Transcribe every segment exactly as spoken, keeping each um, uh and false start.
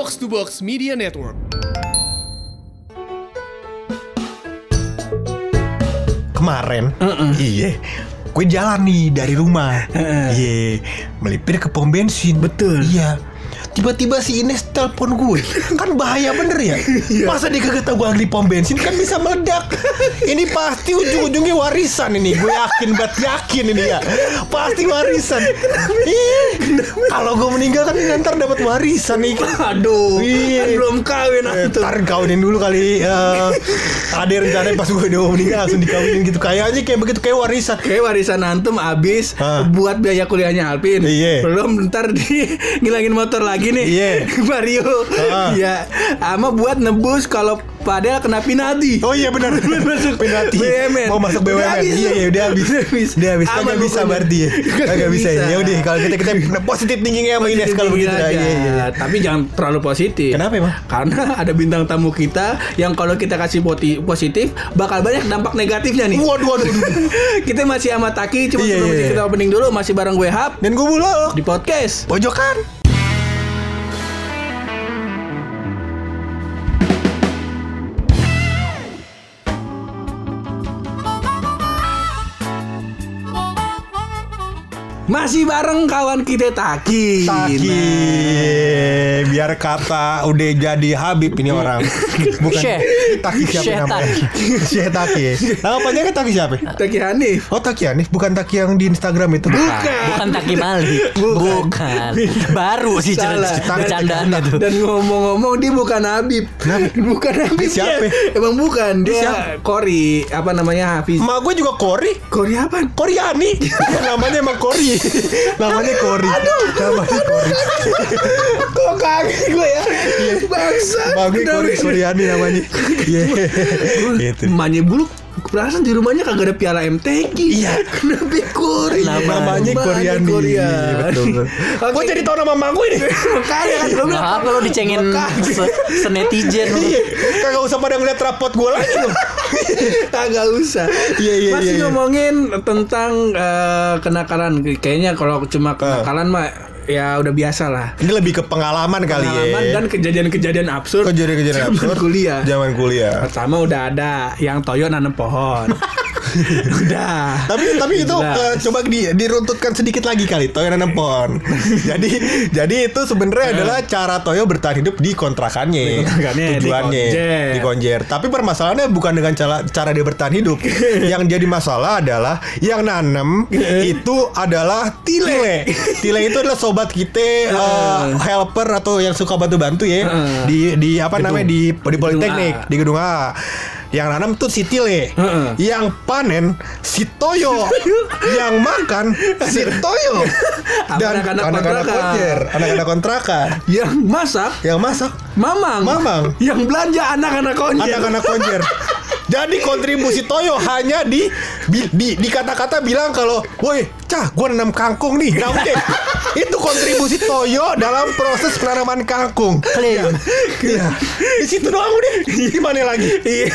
Box to Box Media Network. Kemarin, uh-uh. iya, gue jalan nih dari rumah, uh-uh. iya, melipir ke pom bensin. Betul. Iya. Tiba-tiba si Ines telepon gue. Kan bahaya bener ya. Masa dia kagak tahu gue di pom bensin, kan bisa meledak. Ini pasti ujung-ujungnya warisan ini. Gue yakin banget, yakin ini ya. Pasti warisan. Kalau gue meninggal kan ntar dapat warisan nih. Aduh, iya. Kan belum kawin eh, Ntar kawinin dulu kali. uh, Ada rencana pas gue udah meninggal langsung dikawinin gitu. Kayaknya kayak begitu, kayak warisan. Kayak warisan antum abis Hah? buat biaya kuliahnya Alvin. Iya. Belum ntar di ngilangin motor lagi nih. Iya. Mario. Iya. Sama buat nebus kalau Padahal kena penalti. Oh iya benar. Masuk penalti. B M N. Mau masuk B M N. Iya iya udah habis. Udah habis. Kagak bisa berarti ya. Kagak bisa ya. Ya udah kalau kita kita positif thinkingnya sama Ines kalau begitu. Iya iya. Tapi jangan terlalu positif. Kenapa emang? Karena ada bintang tamu kita yang kalau kita kasih positif bakal banyak dampak negatifnya nih. Waduh waduh. Kita masih sama Taki. Cuma iya, sebelum iya. kita opening dulu masih bareng gue Hap dan gue Bulog di podcast Pojokan. Masih bareng kawan kita Taki. Taki. Nah. Biar kata udah jadi Habib ini orang. Bukan Syekh. Taki siapa Syekh namanya? Syekh Taki. Nama panjangnya Taki siapa? Taki Hanif. Oh Taki Hanif, bukan Taki yang di Instagram itu. Bukan. Bukan Taki Malik. Bukan. bukan. Baru sih bercandaannya tuh. Dan ngomong-ngomong dia bukan Habib. Bukan Habib. Siapa? Emang bukan. Dia Siapa? Kori. Apa namanya Hafiz. Emak gue juga Kori. Kori apa? Koryani. Namanya emang Kori. Namanya Kori. Aduh, namanya Kori. Kok kaget gue ya? Bangsa. Emak gue Kori Koryani namanya. Iya. Gitu. Emaknya Buluk. Perasaan di rumahnya kagak ada piala M T Q. Iya. Kenapa Kori? Namanya Koryani. Betul. Gue jadi tau nama emak gue nih. Makanya kan lu bilang Nah, kalau dicengin se- senetizen lu. Iya. Kagak usah pada ngeliat rapot gue lagi loh. kagak usah. Iya, iya, Masih iya, iya. ngomongin tentang uh, kenakalan. Kayaknya kalau cuma kenakalan mah ya udah biasa lah. Ini lebih ke pengalaman, kali ya. Pengalaman dan kejadian-kejadian absurd. Kejadian-kejadian absurd kuliah. Zaman kuliah. Pertama udah ada yang Toyo nanam pohon. Udah. Tapi tapi itu uh, coba di, diruntutkan sedikit lagi kali Toyo nanam pohon. jadi jadi itu sebenarnya adalah cara Toyo bertahan hidup di kontrakannya. Di kontrakannya, Tujuannya di konjer. di konjer. Tapi permasalahannya bukan dengan cara cara dia bertahan hidup. Yang jadi masalah adalah yang nanam itu adalah tile. Tile itu adalah sobat kita uh, helper atau yang suka bantu-bantu ya di di apa Gedung. namanya di di Politeknik, Gedung A. di gedung A. Yang nanam tuh si Tile, Uh-uh. yang panen si Toyo, yang makan si Toyo, dan Anak-anak anak-anak kontrakan. konjer, anak-anak kontrakan, Yang masak yang masak Mamang. Mamang. Yang belanja anak-anak konjer. anak-anak konjer. Jadi kontribusi Toyo hanya di di, di, di kata-kata bilang kalau, woi, cah, gue nanam kangkung nih. Nah, udah. Itu kontribusi Toyo dalam proses penanaman kangkung. Klaim. Iya. Di situ doang udah. Gimana lagi? Iya.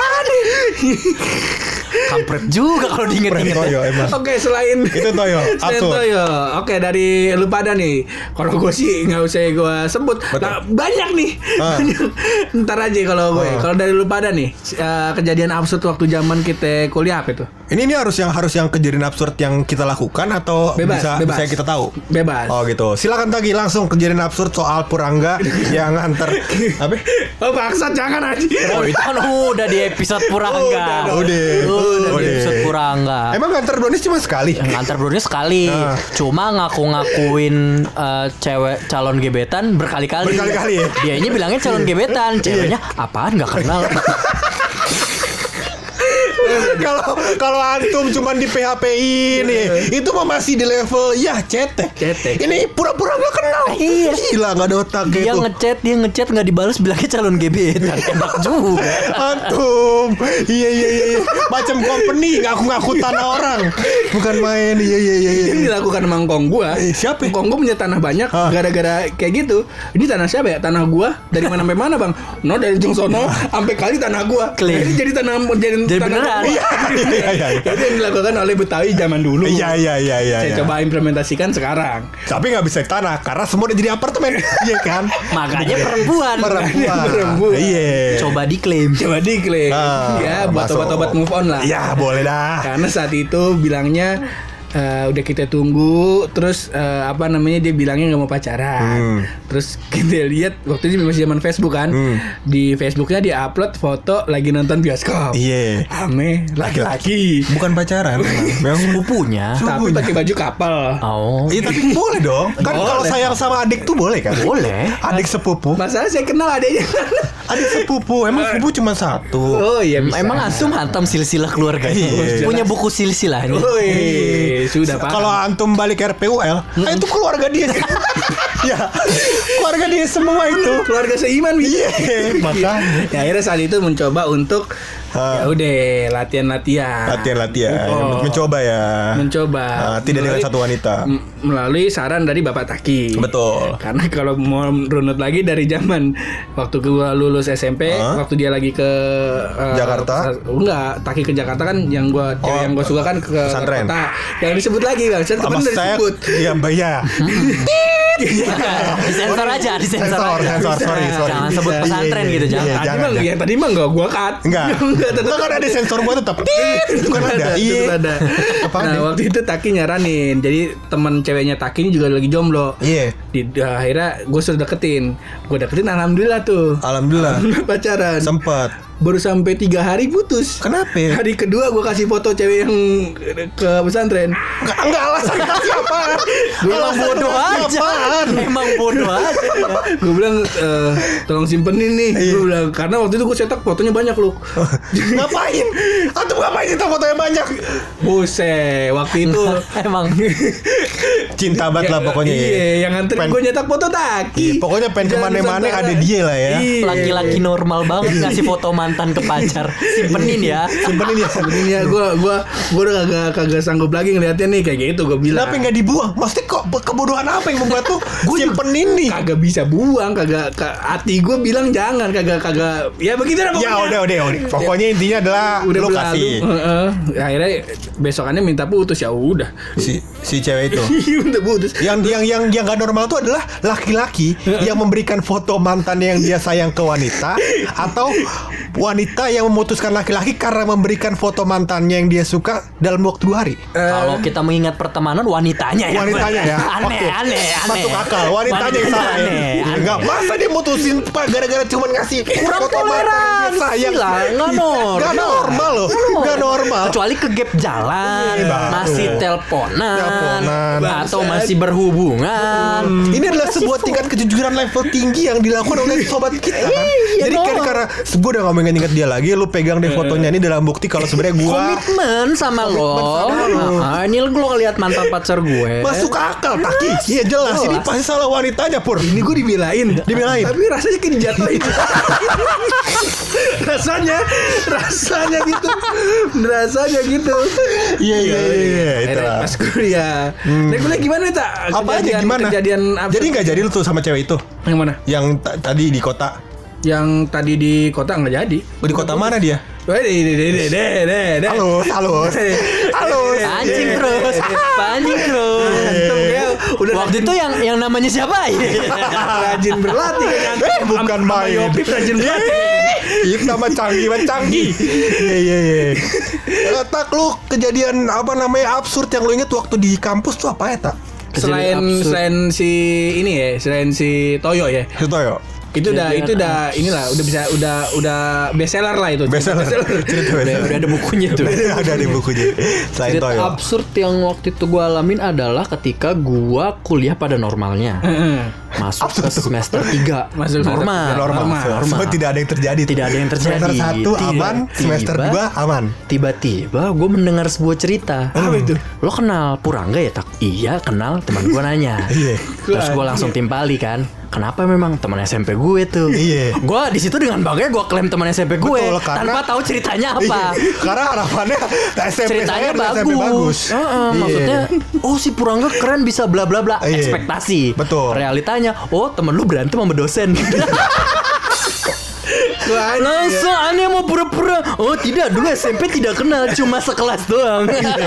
Kampret juga kalau diinget-inget. Toyo emang. Oke, selain Itu Toyo, selain absurd. Toyo. Oke, dari lu pada nih. Kalau gue sih nggak usah gue sebut. Nah, banyak nih. Ah. Banyak. Ntar aja kalau gue. Ah. Kalau dari lu pada nih, uh, kejadian absurd waktu zaman kita kuliah apa itu? Ini ini harus yang harus yang kejadian absurd yang kita lakukan atau Bebas, bisa bebas. bisa kita tahu? Bebas. Oh gitu. Silakan Tagi langsung kejadian absurd soal Purangga yang nganter apa? Oh, bangsat jangan aja. Oh itu kan udah di episode Purangga. Udah, udah. Udah di Udah. episode Purangga. Emang nganter Donis cuma sekali? Yang nganter brownies sekali. Ah. Cuma ngaku-ngakuin uh, cewek calon gebetan berkali-kali. Berkali-kali ya? Dianya bilangnya calon gebetan, ceweknya apaan nggak kenal. Kalau kalau antum cuman di P H P-in nih, itu mah masih di level ya cetek. Cetek. Ini pura-pura gak kenal. Iya. Gila gak ada otak Dia gitu. ngechat, dia ngechat nggak dibalas bilangnya calon gebetan. Enak juga. Antum. Iya iya iya. Macam company ngaku-ngaku tanah orang. Bukan main. Iya iya iya. Ini dilakukan sama ngkong gua. Eh, siapa? Ngkong gua punya tanah banyak. Hah? Gara-gara kayak gitu. Ini tanah siapa ya? Tanah gua. Dari mana sampai mana bang? No dari ujung sono sampai kali tanah gua. Klaim. Ini jadi tanah jadi, Jadi tanah beneran. Bukan. Iya iya iya. Itu yang dilakukan oleh Betawi zaman dulu. Iya iya iya iya. Saya iya. coba implementasikan sekarang. Tapi nggak bisa di tanah karena semua udah jadi apartemen. Iya kan? Makanya perempuan. Perempuan. Perempuan. Iya. Coba diklaim. Coba diklaim. Ah, Ya buat masuk. obat-obat move on lah. Iya boleh dah. Karena saat itu bilangnya eh, udah kita tunggu, terus eh, apa namanya dia bilangnya nggak mau pacaran. Hmm. Terus kita lihat waktu itu masih zaman Facebook kan, Hmm. di Facebooknya dia upload foto lagi nonton bioskop. Iya. Ame laki-laki, Bukan pacaran. Memang Sepupunya. tapi pakai baju kapal. Oh. Iya tapi boleh dong. Kan Boleh. kalau sayang sama adik tuh boleh kan? Boleh. Adik sepupu. Masalah saya kenal adanya. Adik sepupu. Emang sepupu cuma satu. Oh iya bisa. Emang antum hantam silsilah keluarga. Iya. Punya buku silsilah ini. Oh iya, sudah paham. Kalau antum balik R P U L, ah, itu keluarga dia. Ya, keluarga dia semua itu. keluarga seiman Iya, makanya. Ya akhirnya saat itu mencoba untuk Ah. ya udah latihan-latihan. Latihan-latihan, Oh. mencoba ya. Mencoba. Ah, tidak dengan Melalui- satu wanita. m- Melalui saran dari Bapak Taki. Betul. Karena kalau mau runut lagi dari zaman waktu gua lulus S M P, Hah? waktu dia lagi ke eh, Jakarta? pes- enggak, Taki ke Jakarta kan yang gua cewek Oh, yang gua suka kan ke pesantren. kota. Yang disebut lagi kan, saya Sama temen udah saya, disebut. iya mbak ya. Disensor aja, disensor Sensor, aja. sensor, sorry, sorry. Jangan sebut Bisa. pesantren Iya, gitu, iya, jangan. Tadi jangan, mah jangan. yang tadi mah enggak gua cut. Enggak. Enggak, tetap Enggak kan ada sensor gua tetap. Tit, itu kan ada. tetap Iya. ada. Apa Nah, ada? waktu itu Taki nyaranin. Jadi teman ceweknya Taki ini juga lagi jomblo. Iya. Di akhirnya gue sudah deketin. Gue deketin alhamdulillah tuh. Alhamdulillah. Pacaran. Sempat. Baru sampai tiga hari putus. Kenapa? Hari kedua gue kasih foto cewek yang ke pesantren. Enggak, enggak alasan kasih apaan? Emang Alasan bodoh kasih aja. apaan? Emang bodoh aja. Gue bilang eh, tolong simpenin nih. Iya. Gue bilang karena waktu itu gue cetak fotonya banyak loh. Ngapain? Antum ngapain kita fotonya banyak? Buset, waktu itu Emang Cinta banget lah pokoknya. Iya, yang Pen- nganterin gue nyetak foto Iya, Taki. pokoknya pengen Jangan kemana-mana sampai- ada dia lah ya. Iya. laki-laki normal banget ngasih foto mantan ke pacar. Simpenin ya. Simpenin ya. Ini ya gue gua gua udah kagak kagak sanggup lagi ngeliatnya nih kayak gitu gue bilang. Kenapa nggak dibuang? Maksudnya kok kebodohan apa yang membuat tuh simpenin nih? Kagak bisa buang, kagak ka, hati gue bilang jangan, kagak kagak ya begitu lah Ya udah udah udah. Pokoknya intinya adalah udah lu berlalu. kasih Heeh. Akhirnya besokannya minta putus ya udah. si si cewek itu. Minta putus. Yang yang yang yang gak normal tuh adalah laki-laki yang memberikan foto mantan yang dia sayang ke wanita atau wanita yang memutuskan laki-laki karena memberikan foto mantannya yang dia suka dalam waktu dua hari. Kalau kita mengingat pertemanan wanitanya ya. Wanitanya ya. Aneh, Oke. aneh, aneh. Masuk akal. Wanitanya yang salah ya. Aneh, aneh. Enggak masa dia mutusin Pak gara-gara cuma ngasih Kurang foto mantan yang dia toleransi sayang. lah, nggak normal. Nggak normal loh. Nggak normal. Kecuali ke gap jalan, Iya, baru. masih teleponan, Teleponan. atau masih berhubungan. Ini adalah sebuah tingkat kejujuran level tinggi yang dilakukan oleh sobat kita kan. Iya Jadi kan dong. karena gue udah gak mau inget dia lagi, lu pegang deh fotonya ini dalam bukti kalau sebenarnya gue Komitmen sama lo. sama lo. Ah, ini lo ngeliat mantan pacar gue. masuk akal Taki. Iya jelas ini pasti salah wanitanya Pur. Ini gue dibelain. Dibelain. Tapi rasanya kayak dijatuhin. rasanya rasanya gitu. Rasanya gitu. Iya iya iya iya itu Akhirnya lah. pas kuliah. Nah, kuliah gimana tak? Apa aja gimana? Kejadian apa? Jadi nggak jadi lu tuh sama cewek itu Yang mana? yang ta- tadi di kota. Yang tadi di kota nggak jadi. Di kota mana dia? Wah, deh, deh, deh, deh, deh, deh, deh. Halus, halus. Halus. Pancing terus, pancing terus. Antum kayak udah Waktu itu yang yang namanya siapa ya? rajin berlatih kan? Eh, bukan Sama main. Yopip rajin berlatih. Itu nama canggih, banget canggih. Iya iya iya. Eh, Tak lu kejadian apa namanya absurd yang lu inget waktu di kampus tuh apa ya tak? Selain absurd. selain si ini ya, selain si Toyo ya. Itu ya. Itu udah Kejadian itu udah inilah udah bisa udah udah bestseller lah itu. Bestseller. Cerita Udah, bestseller. udah ada bukunya tuh. Ada di bukunya. Selain Cerita Toyo. absurd yang waktu itu gue alamin adalah ketika gue kuliah pada normalnya. Masuk ke semester tiga. Masuk semester normal. tiga. Normal. Normal. Semua tidak ada yang terjadi. tuh. Tidak ada yang terjadi. Semester satu Tiba- aman, semester tiba- dua aman. Tiba-tiba gue mendengar sebuah cerita. Apa itu? Lo kenal Purangga ya tak? Iya kenal. Teman gue nanya. Iya. Terus gue langsung timpali kan. Kenapa memang teman S M P gue tuh? Iya. Gue di situ dengan bangga gue klaim teman S M P gue Betul, karena- tanpa tahu ceritanya apa. Iya. Karena harapannya S M P Ceritanya saya adalah bagus. S M P bagus. Heeh, Iya. Maksudnya, oh si Purangga keren bisa bla bla bla. Iya. Ekspektasi. Betul. Realitanya, oh temen lu berantem sama dosen. Langsung aneh mau pura-pura. Oh tidak, dulu S M P tidak kenal, cuma sekelas doang.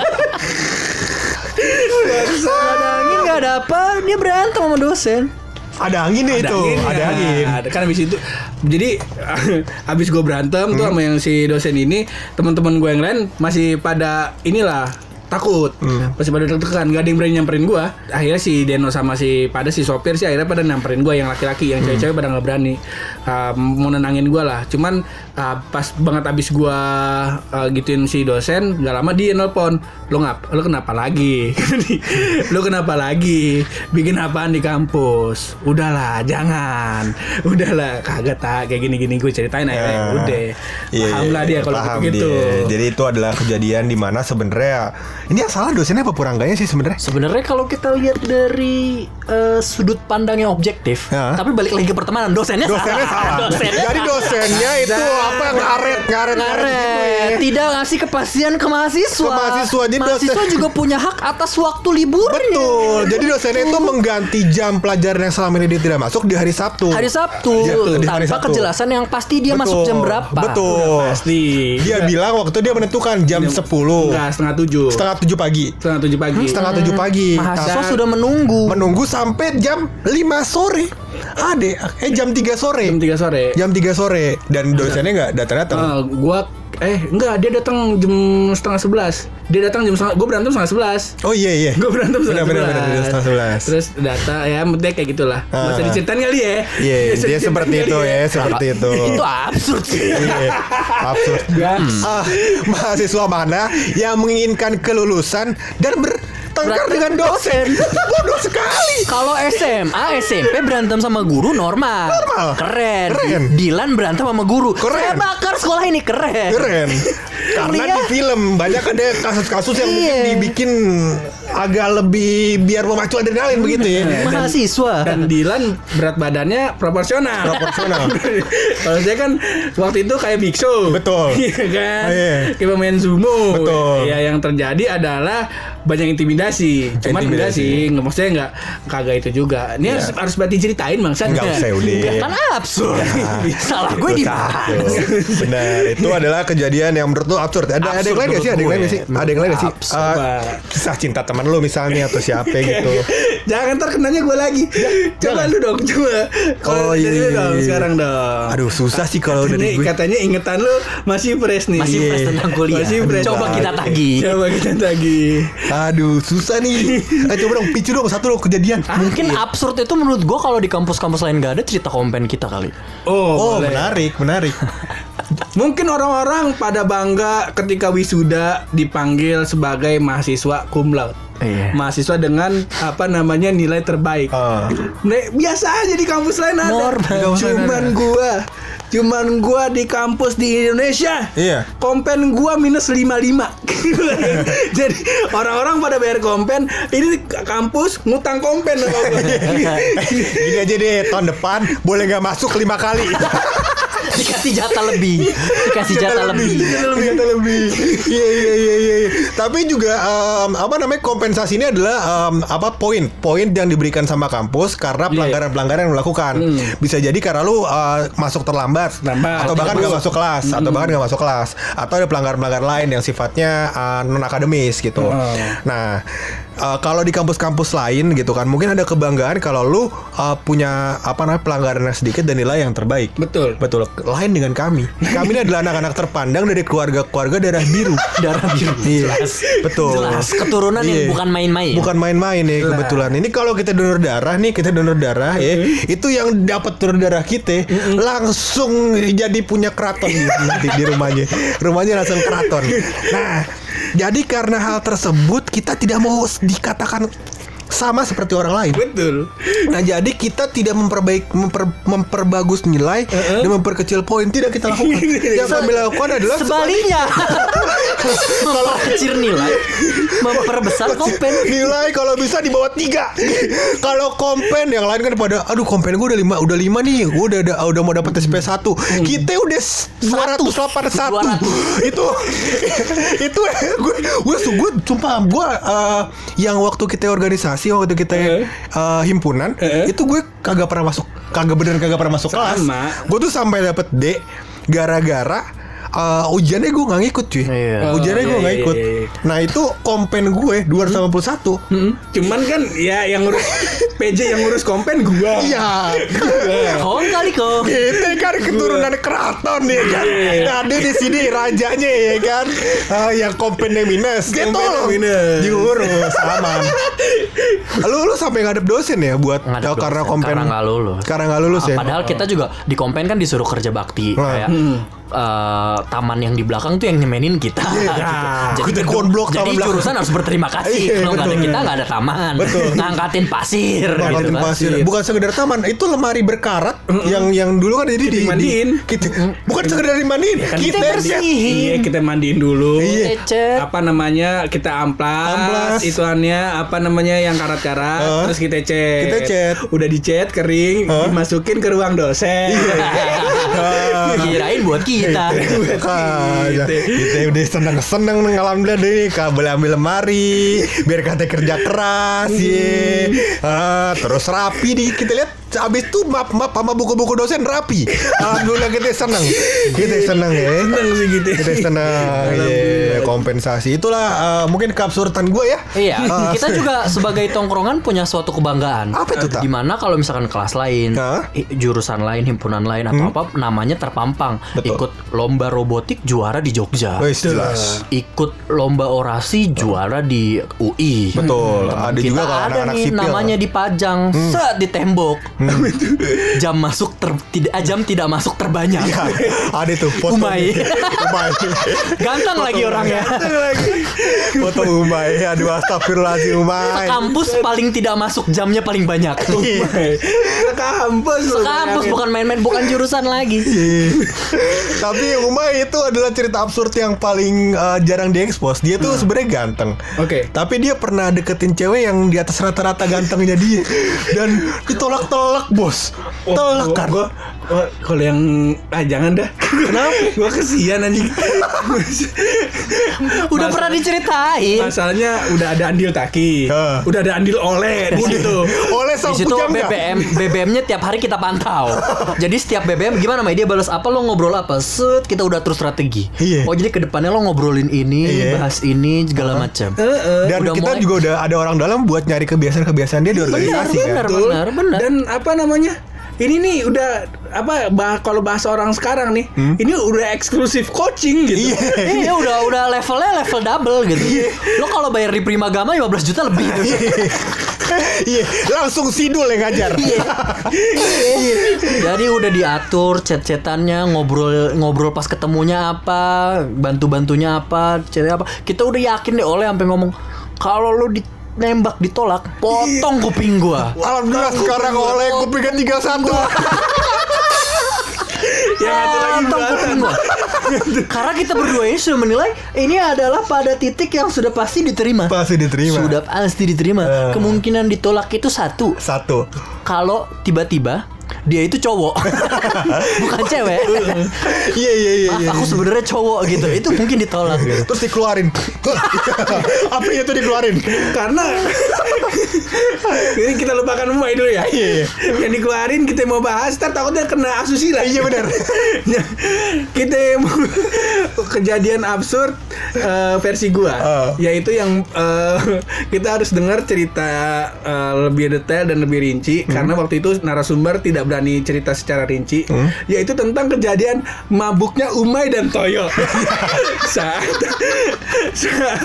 Gak ada angin, gak ada apa. Dia berantem sama dosen. Ada angin nih itu, ada angin. Ada kan habis itu. Jadi habis gue berantem hmm. tuh sama yang si dosen ini, teman-teman gue yang lain masih pada inilah takut, hmm. masih pada deg-degan, gak ada yang berani nyamperin gue. Akhirnya si Deno sama si pada si sopir sih akhirnya pada nyamperin gue, yang laki-laki, yang cewek-cewek pada nggak berani. Uh, mau nenangin gue lah. Cuman uh, pas banget abis gue uh, gituin si dosen, gak lama dia nelpon, lo ngap, lo kenapa lagi? Lo kenapa lagi? Bikin apaan di kampus? Udahlah, jangan. Udahlah, kagak tak kayak gini-gini gue ceritain aja. Ya, udah, iya, paham lah dia kalau begitu. Jadi itu adalah kejadian di mana sebenarnya ini yang salah dosennya apa Purangganya sih sebenarnya? Sebenarnya kalau kita lihat dari uh, sudut pandang yang objektif, ya. Tapi balik lagi ke pertemanan, dosennya, dosennya salah. salah. Dosennya. Jadi dosennya itu apa ngaret ngaret ngaret gitu ya. Tidak ngasih kepastian ke mahasiswa. Ke mahasiswa. Jadi mahasiswa dosen juga punya hak atas waktu libur. Betul. Jadi dosennya itu mengganti jam pelajaran yang selama ini dia tidak masuk di hari Sabtu. Hari Sabtu. Jatuh, tanpa hari Sabtu. Kejelasan yang pasti dia Betul. Masuk jam berapa. Betul. Udah pasti. Dia Udah. bilang waktu dia menentukan jam, jam sepuluh. Enggak, setengah tujuh. Setengah tujuh pagi. Setengah tujuh pagi. Hmm, setengah tujuh pagi. Mahasiswa sudah menunggu. Menunggu sampai jam lima sore. Ade, eh jam tiga sore. Jam tiga sore. Jam tiga sore. Dan dosennya enggak datang-datang. Uh, gua Eh enggak, dia datang jam setengah sebelas. Dia datang jam setengah, gue berantem setengah sebelas. Oh iya iya. Gue berantem setengah bener, sebelas. Bener, bener, setengah sebelas. Terus data ya, mentek kayak gitulah. Uh. Masa diceritain kali ya. Iya, yeah, dia seperti itu ya, seperti itu. Itu absurd sih. Iya, absurd. Hmm. Ah, mahasiswa mana yang menginginkan kelulusan dan ber tengkar dengan dosen? Bodoh sekali. Kalau S M A, S M P berantem sama guru normal. Normal. Keren. Keren. Dilan berantem sama guru. Keren. Saya bakar sekolah ini, keren. Keren. Karena Lihat. di film banyak ada kasus-kasus yang mungkin dibikin agak lebih biar memacu adrenalin begitu ya. Mahasiswa. Dan Dilan berat badannya proporsional. Proporsional. Kalau saya kan waktu itu kayak biksu. Betul. Iya kan. Oh, iya. Kayak pemain sumo. Betul. Ya yang terjadi adalah banyak intimidasi. Cuman enggak sih, nggak maksudnya enggak kagak itu juga. Ini yeah. harus harus berarti ceritain Bang San. Enggak usah udah. Kan absurd. Salah gue di mana? Benar, itu adalah kejadian yang menurut lu absurd. Ada absurd ada yang lain gak sih? Ada yang lain gak sih? Ada yang lain gak sih? Uh, kisah cinta teman lu misalnya atau siapa gitu. Jangan ntar kenanya gue lagi. Coba lu dong, coba. Oh iya. Dari lu dong sekarang dong. Aduh, susah sih kalau dari gue. Katanya ingetan lu masih fresh nih. Masih fresh tentang kuliah. Masih fresh. Coba kita tagih. Coba kita tagih. Aduh, susah nih. Eh, coba dong, picu dong satu dong kejadian. Ah, Mungkin iya. absurd itu menurut gue kalau di kampus-kampus lain gak ada cerita kompen kita kali. Oh, oh menarik, menarik. Mungkin orang-orang pada bangga ketika wisuda dipanggil sebagai mahasiswa cum laude. Iya. Mahasiswa dengan apa namanya nilai terbaik. Uh. Biasa aja di kampus lain ada. Normal. Cuman gua, cuman gua di kampus di Indonesia. Iya. Kompen gua minus lima puluh lima. Jadi orang-orang pada bayar kompen, ini kampus ngutang kompen. Gini aja deh, tahun depan boleh nggak masuk lima kali. Dikasih jatah lebih. Dikasih jatah lebih. Jatah lebih. Iya iya iya iya. Tapi juga um, apa namanya kompensasi ini adalah um, apa poin poin yang diberikan sama kampus karena pelanggaran-pelanggaran yang dilakukan. Hmm. Bisa jadi karena lu uh, masuk terlambat, Lambat. atau bahkan nggak masuk kelas, hmm. atau bahkan nggak masuk kelas, atau ada pelanggaran-pelanggaran lain yang sifatnya uh, non akademis gitu. Oh. Nah. Uh, kalau di kampus-kampus lain gitu kan mungkin ada kebanggaan kalau lu uh, punya apa namanya pelanggaran yang sedikit dan nilai yang terbaik. Betul. Betul. Lain dengan kami. Kami ini adalah anak-anak terpandang dari keluarga-keluarga darah biru. Darah biru. Jelas. Betul. Jelas. Keturunan yeah. yang bukan main-main. Bukan main-main nih ya, kebetulan. Ini kalau kita donor darah nih, kita donor darah ya, mm-hmm. itu yang dapat donor darah kita mm-hmm. langsung jadi punya keraton nanti di rumahnya. Rumahnya langsung keraton. Nah, jadi karena hal tersebut kita tidak mau dikatakan sama seperti orang lain. Betul. Nah jadi kita tidak memperbaik memper, memperbagus nilai uh-uh. dan memperkecil poin. Tidak kita lakukan. Yang kami lakukan adalah sebaliknya. Kalau kecil nilai memperbesar kompen. Nilai kalau bisa di bawah tiga. Kalau kompen yang lain kan pada aduh kompen gue udah lima udah lima nih. Gue udah ada, udah mau dapat S P satu. Hmm. Kita udah dua ratus delapan puluh satu. Itu itu gue gue gue sumpah gue uh, yang waktu kita organisasi waktu kita uh, himpunan uh-uh. itu gue kagak pernah masuk, kagak bener kagak pernah masuk kelas. Gue tuh sampai dapet D gara-gara Uh, ujiannya gue gak ngikut cuy. Iya. Ujiannya Oh, gue iya, gak iya, ikut. iya, iya. Nah itu kompen gue dua ratus delapan puluh satu. Hmm. Cuman kan ya yang ngurus P J yang ngurus kompen gua. Iya. Kong kali kong. Kita kan keturunan keraton ya kan. Ada di sini rajanya ya kan. Ah, yang kompennya minus. Gitu Kompennya loh. minus. Diurus aman. Lu lu sampai ngadep dosen ya buat Ngadep tahu karena dosen, kompen. karena nggak lulus. Karena nggak lulus ya. Padahal kita juga di kompen kan disuruh kerja bakti Nah. kayak eh, taman yang di belakang tuh yang nyemenin kita. Iya. Jadi Kita gedung- konblok jadi taman belakang. jurusan harus berterima kasih. Iya, Kalau nggak ada betul. kita nggak ada taman. Betul. Ngangkatin pasir. Ngangkatin gitu kan. pasir. Bukan sekedar taman, itu lemari berkarat yang yang dulu kan jadi Kita di dimandiin. di- kita, bukan sekedar dimandiin, Kita kita bersihin. Iya, kita mandiin dulu. Iya. Ecet. Apa namanya? Kita amplas, Amplas. ituannya apa namanya yang karat-karat, Huh? terus kita cet. Kita cet. Udah dicet kering, Huh? dimasukin ke ruang dosen. Kirain buat kita. Kan, kita udah seneng-seneng nih alhamdulillah deh kabel ambil lemari biar kata kerja keras ya. Ah, terus rapi nih kita lihat habis itu map map sama buku-buku dosen rapi. Alhamdulillah kita seneng. Kita seneng ya. Seneng sih gitu. Kita seneng. Iya, kompensasi itulah uh, mungkin keabsurdan gue ya. Iya, Ah, kita juga sebagai tongkrongan punya suatu kebanggaan. Apa itu, Tak? Dimana kalau misalkan kelas lain, Hah? i- jurusan lain, himpunan lain atau apa namanya terpampang, Betul. ikut lomba robotik juara di Jogja, Wes jelas. ikut lomba orasi juara di U I. Betul. Teman Ada kita juga kalau ada anak-anak nih sipil. namanya dipajang set di tembok. Jam masuk ter, tidak eh, jam tidak masuk terbanyak. Iya, ada tuh foto. Umay. Umay. Ganteng lagi orangnya. Foto Umay. Aduh astagfirullahaladzim Umay. Kampus paling tidak masuk jamnya paling banyak. Ke kampus lu. Kampus bukan main-main, bukan jurusan lagi. Tapi Umay itu adalah cerita absurd yang paling uh, jarang diekspos. Dia tuh sebenarnya ganteng. Oke. Tapi dia pernah deketin cewek yang di atas rata-rata gantengnya dia. Dan ditolak-tolak bos. Tolak kan. Gua, gua kalau yang ah jangan dah. Kenapa? Gua kesian anjing. Udah Mas- pernah diceritain. Masalahnya udah ada andil taki, Hah. udah ada andil oleh di situ. Oleh Di sang situ pujangga. B B M B B M-nya tiap hari kita pantau. Jadi setiap B B M gimana Mai dia balas apa lo ngobrol apa? Set kita udah terus strategi. Iya. Oh jadi kedepannya lo ngobrolin ini, Iya. bahas ini segala macam. Dan Udah kita mulai- juga udah ada orang dalam buat nyari kebiasaan-kebiasaan dia di organisasi benar, kan. Betul. benar, benar. Dan apa namanya? Ini nih udah apa bah, kalau bahasa orang sekarang nih, ini udah eksklusif coaching gitu. Iya. Iya udah udah levelnya level double gitu. Lo kalau bayar di Primagama lima belas juta lebih. Iya, langsung sidul yang ngajar. Iya. Jadi udah diatur chat-chatannya, ngobrol ngobrol pas ketemunya apa, bantu-bantunya apa, chatnya apa. Kita udah yakin deh oleh sampai ngomong kalau lu di nembak ditolak, potong kuping gua. Alhamdulillah sekarang oleh kupingnya tiga satu. Yang satu lagi Potong belakang. kuping gua. Karena kita berdua ini sudah menilai ini adalah pada titik yang sudah pasti diterima. Pasti diterima. Sudah pasti diterima. Eh. Kemungkinan ditolak itu satu. Satu. Kalau tiba-tiba dia itu cowok, bukan cewek. Iya iya iya. Maaf, iya. aku sebenarnya cowok gitu. Itu mungkin ditolak gitu. Terus dikeluarin. Apa itu dikeluarin? Karena ini kita lupakan Umay dulu ya. Iya, iya. Yang dikeluarin kita mau bahas, ntar takutnya kena asusila. Iya benar. Kita mau kejadian absurd eh, versi gua, Ah. yaitu yang eh, kita harus dengar cerita eh, lebih detail dan lebih rinci karena waktu itu narasumber tidak berani cerita secara rinci, yaitu tentang kejadian mabuknya Umay dan Toyo saat saat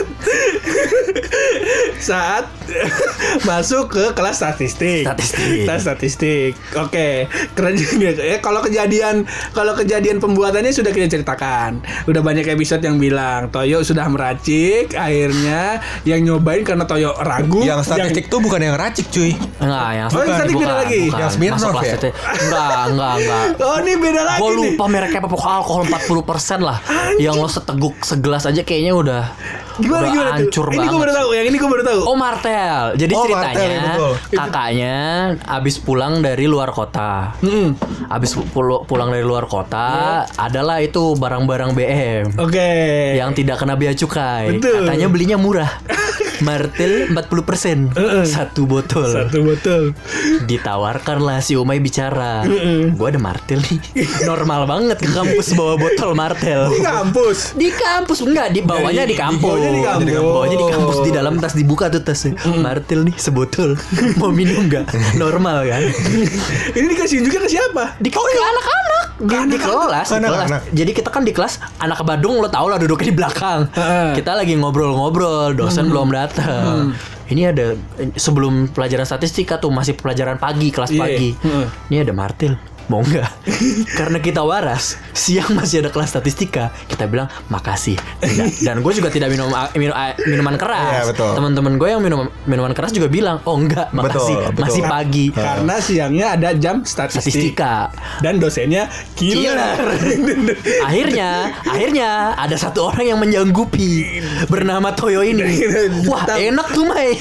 saat masuk ke kelas statistik. Statistik. Kelas statistik. Oke, keren juga. Ya, kalau kejadian kalau kejadian pembuatannya sudah kita ceritakan. Udah banyak episode yang bilang Toyo sudah meracik, akhirnya yang nyobain karena Toyo ragu. Yang statistik tuh bukan yang racik cuy. Enggak, yang Oh, yang statistik beda lagi. Yang Smirnoff Masuk kelas ya? itu. Enggak, enggak, enggak. Oh, ini beda lagi Gue nih. lupa mereknya apa, pokoknya alkohol empat puluh persen lah. Yang lo seteguk segelas aja kayaknya udah Gimana udah gimana tuh? hancur Ini banget. gue baru tahu, yang ini gue baru tahu. Oh Martel. Jadi Oh, ceritanya Martel, betul. kakaknya abis pulang dari luar kota. Mm-mm. Abis pul- pulang dari luar kota, adalah itu barang-barang B M Oke. yang tidak kena bea cukai. Betul. Katanya belinya murah. Martil empat puluh persen satu botol. Satu botol. Ditawarkanlah si Umay bicara. Gue ada Martil nih. Normal banget ke kampus bawa botol Martil. Di kampus. Di kampus enggak, di bawahnya di kampus. Bawahnya di kampus. Bawahnya di kampus, di dalam tas dibuka tuh tasnya. Martil nih sebotol. Mau minum enggak? Normal kan? Ini dikasih juga ke siapa? Di, ke anak-anak di, di kelas, di kelas. Jadi kita kan di kelas anak Badung, lo tau lah duduknya di belakang. Kita lagi ngobrol-ngobrol, dosen belum datang. Ini ada sebelum pelajaran statistika tuh, masih pelajaran pagi, kelas pagi. Ini ada Martil. Mau nggak? Karena kita waras, siang masih ada kelas statistika. Kita bilang makasih. Tidak. Dan gue juga tidak minum, minum minuman keras. Ya, teman-teman gue yang minum minuman keras juga bilang, oh enggak, makasih. Betul, masih betul. Pagi. Karena siangnya ada jam statistik. statistika. Dan dosennya killer. killer. akhirnya, akhirnya ada satu orang yang menyanggupi bernama Toyo ini. Wah, enak tuh Mai.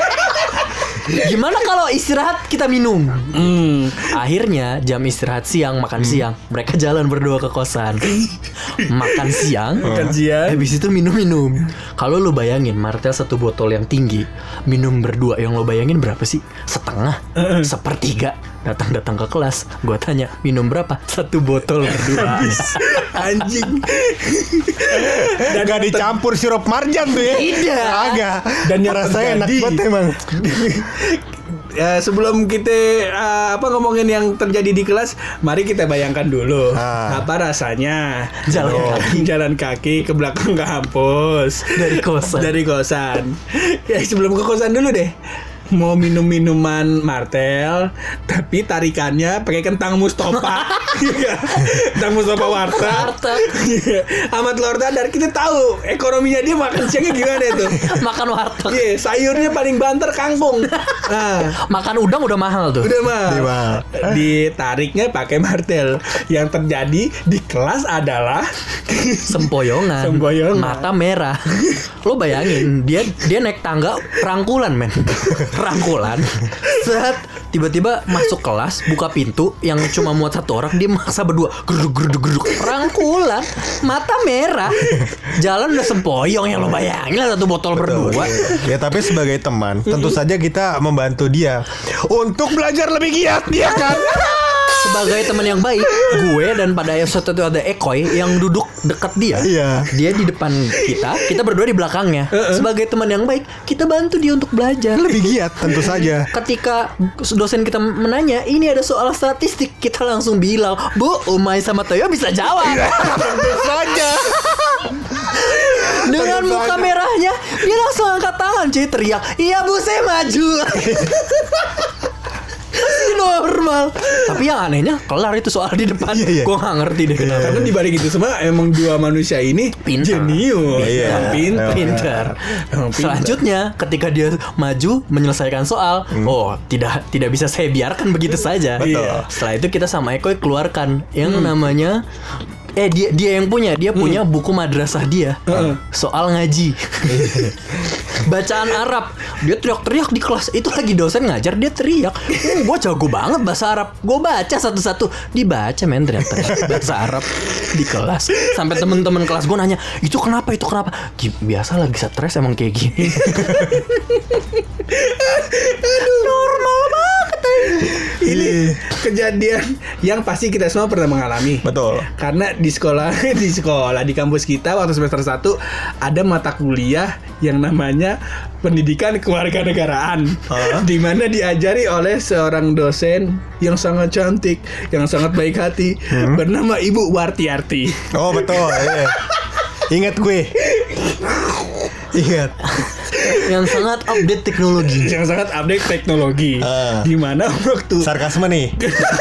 Gimana kalau istirahat kita minum? Hmm. Akhirnya jam istirahat siang, makan hmm. siang, mereka jalan berdua ke kosan. Makan siang, makan siang. Habis itu minum-minum. Kalau lo bayangin Martel satu botol yang tinggi, minum berdua, yang lo bayangin berapa sih? Setengah, uh-uh. sepertiga. Datang-datang ke kelas, gue tanya minum berapa? Satu botol berdua. Anjing. Dan gak dicampur sirup marjan tuh ya? Tidak. Agak. Dan yang rasanya enak banget emang. Ya, sebelum kita uh, apa ngomongin yang terjadi di kelas, mari kita bayangkan dulu ah. apa rasanya jalan oh. kaki, jalan kaki ke belakang kampus dari kosan. Dari kosan. Ya, sebelum ke kosan dulu deh. Mau minum minuman Martel, tapi tarikannya pakai kentang Mustofa. Kentang Mustofa warteg. Sama telur dadar. Kita tahu ekonominya dia makan siangnya gimana itu. Makan warteg. Iya, yeah, sayurnya paling banter kangkung. Nah, makan udang udah mahal tuh. Udah mahal. Ditariknya pakai Martel. Yang terjadi di kelas adalah sempoyongan. Sempoyongan. Mata merah. Lo bayangin, dia dia naik tangga rangkulan, men. Rangkulan. Set, tiba-tiba masuk kelas, buka pintu yang cuma muat satu orang, dia maksa berdua geruduk geruduk geruduk. Rangkulan, mata merah. Jalan udah sempoyong, yang lo bayangin lah satu botol betul, berdua. Ya tapi sebagai teman, tentu saja kita membantu dia untuk belajar lebih giat, dia kan. Sebagai teman yang baik, gue dan pada episode itu ada Ekoy yang duduk dekat dia. Iya. Dia di depan kita, kita berdua di belakangnya. Uh-uh. Sebagai teman yang baik, kita bantu dia untuk belajar lebih giat, tentu saja. Ketika dosen kita menanya, ini ada soal statistik, kita langsung bilang, Bu, Umay sama Toyo bisa jawab. Tentu saja. Dengan tentu muka saja. merahnya, dia langsung angkat tangan, cuy, teriak, iya Bu, saya maju. Normal. Tapi yang anehnya kelar itu soal di depan. Iya, iya. Gue gak ngerti deh kenapa. Karena dibalik itu semua emang dua manusia ini pintar. Jenius. Iya. Pintar. Pintar. Selanjutnya ketika dia maju menyelesaikan soal, hmm. oh tidak tidak bisa saya biarkan begitu saja. Betul. Setelah itu kita sama Eko keluarkan yang hmm. namanya Eh dia dia yang punya dia hmm. punya buku madrasah dia uh-uh. soal ngaji. Bacaan Arab. Dia teriak-teriak di kelas. Itu lagi dosen ngajar, dia teriak, oh, gue jago banget bahasa Arab. Gue baca satu-satu. Dibaca men, teriak-teriak bahasa Arab di kelas. Sampai temen-temen kelas gue nanya, itu kenapa, itu kenapa? Biasa lagi stres emang kayak gini. Normal banget. Ini kejadian yang pasti kita semua pernah mengalami. Betul. Karena di sekolah di sekolah di kampus kita waktu semester satu ada mata kuliah yang namanya pendidikan kewarganegaraan, uh. di mana diajari oleh seorang dosen yang sangat cantik, yang sangat baik hati, hmm? bernama Ibu Wartiarti. Oh betul. Iya. Ingat gue. Ingat. Yang sangat update teknologi. Yang sangat update teknologi. Uh, di mana waktu sarkasme nih.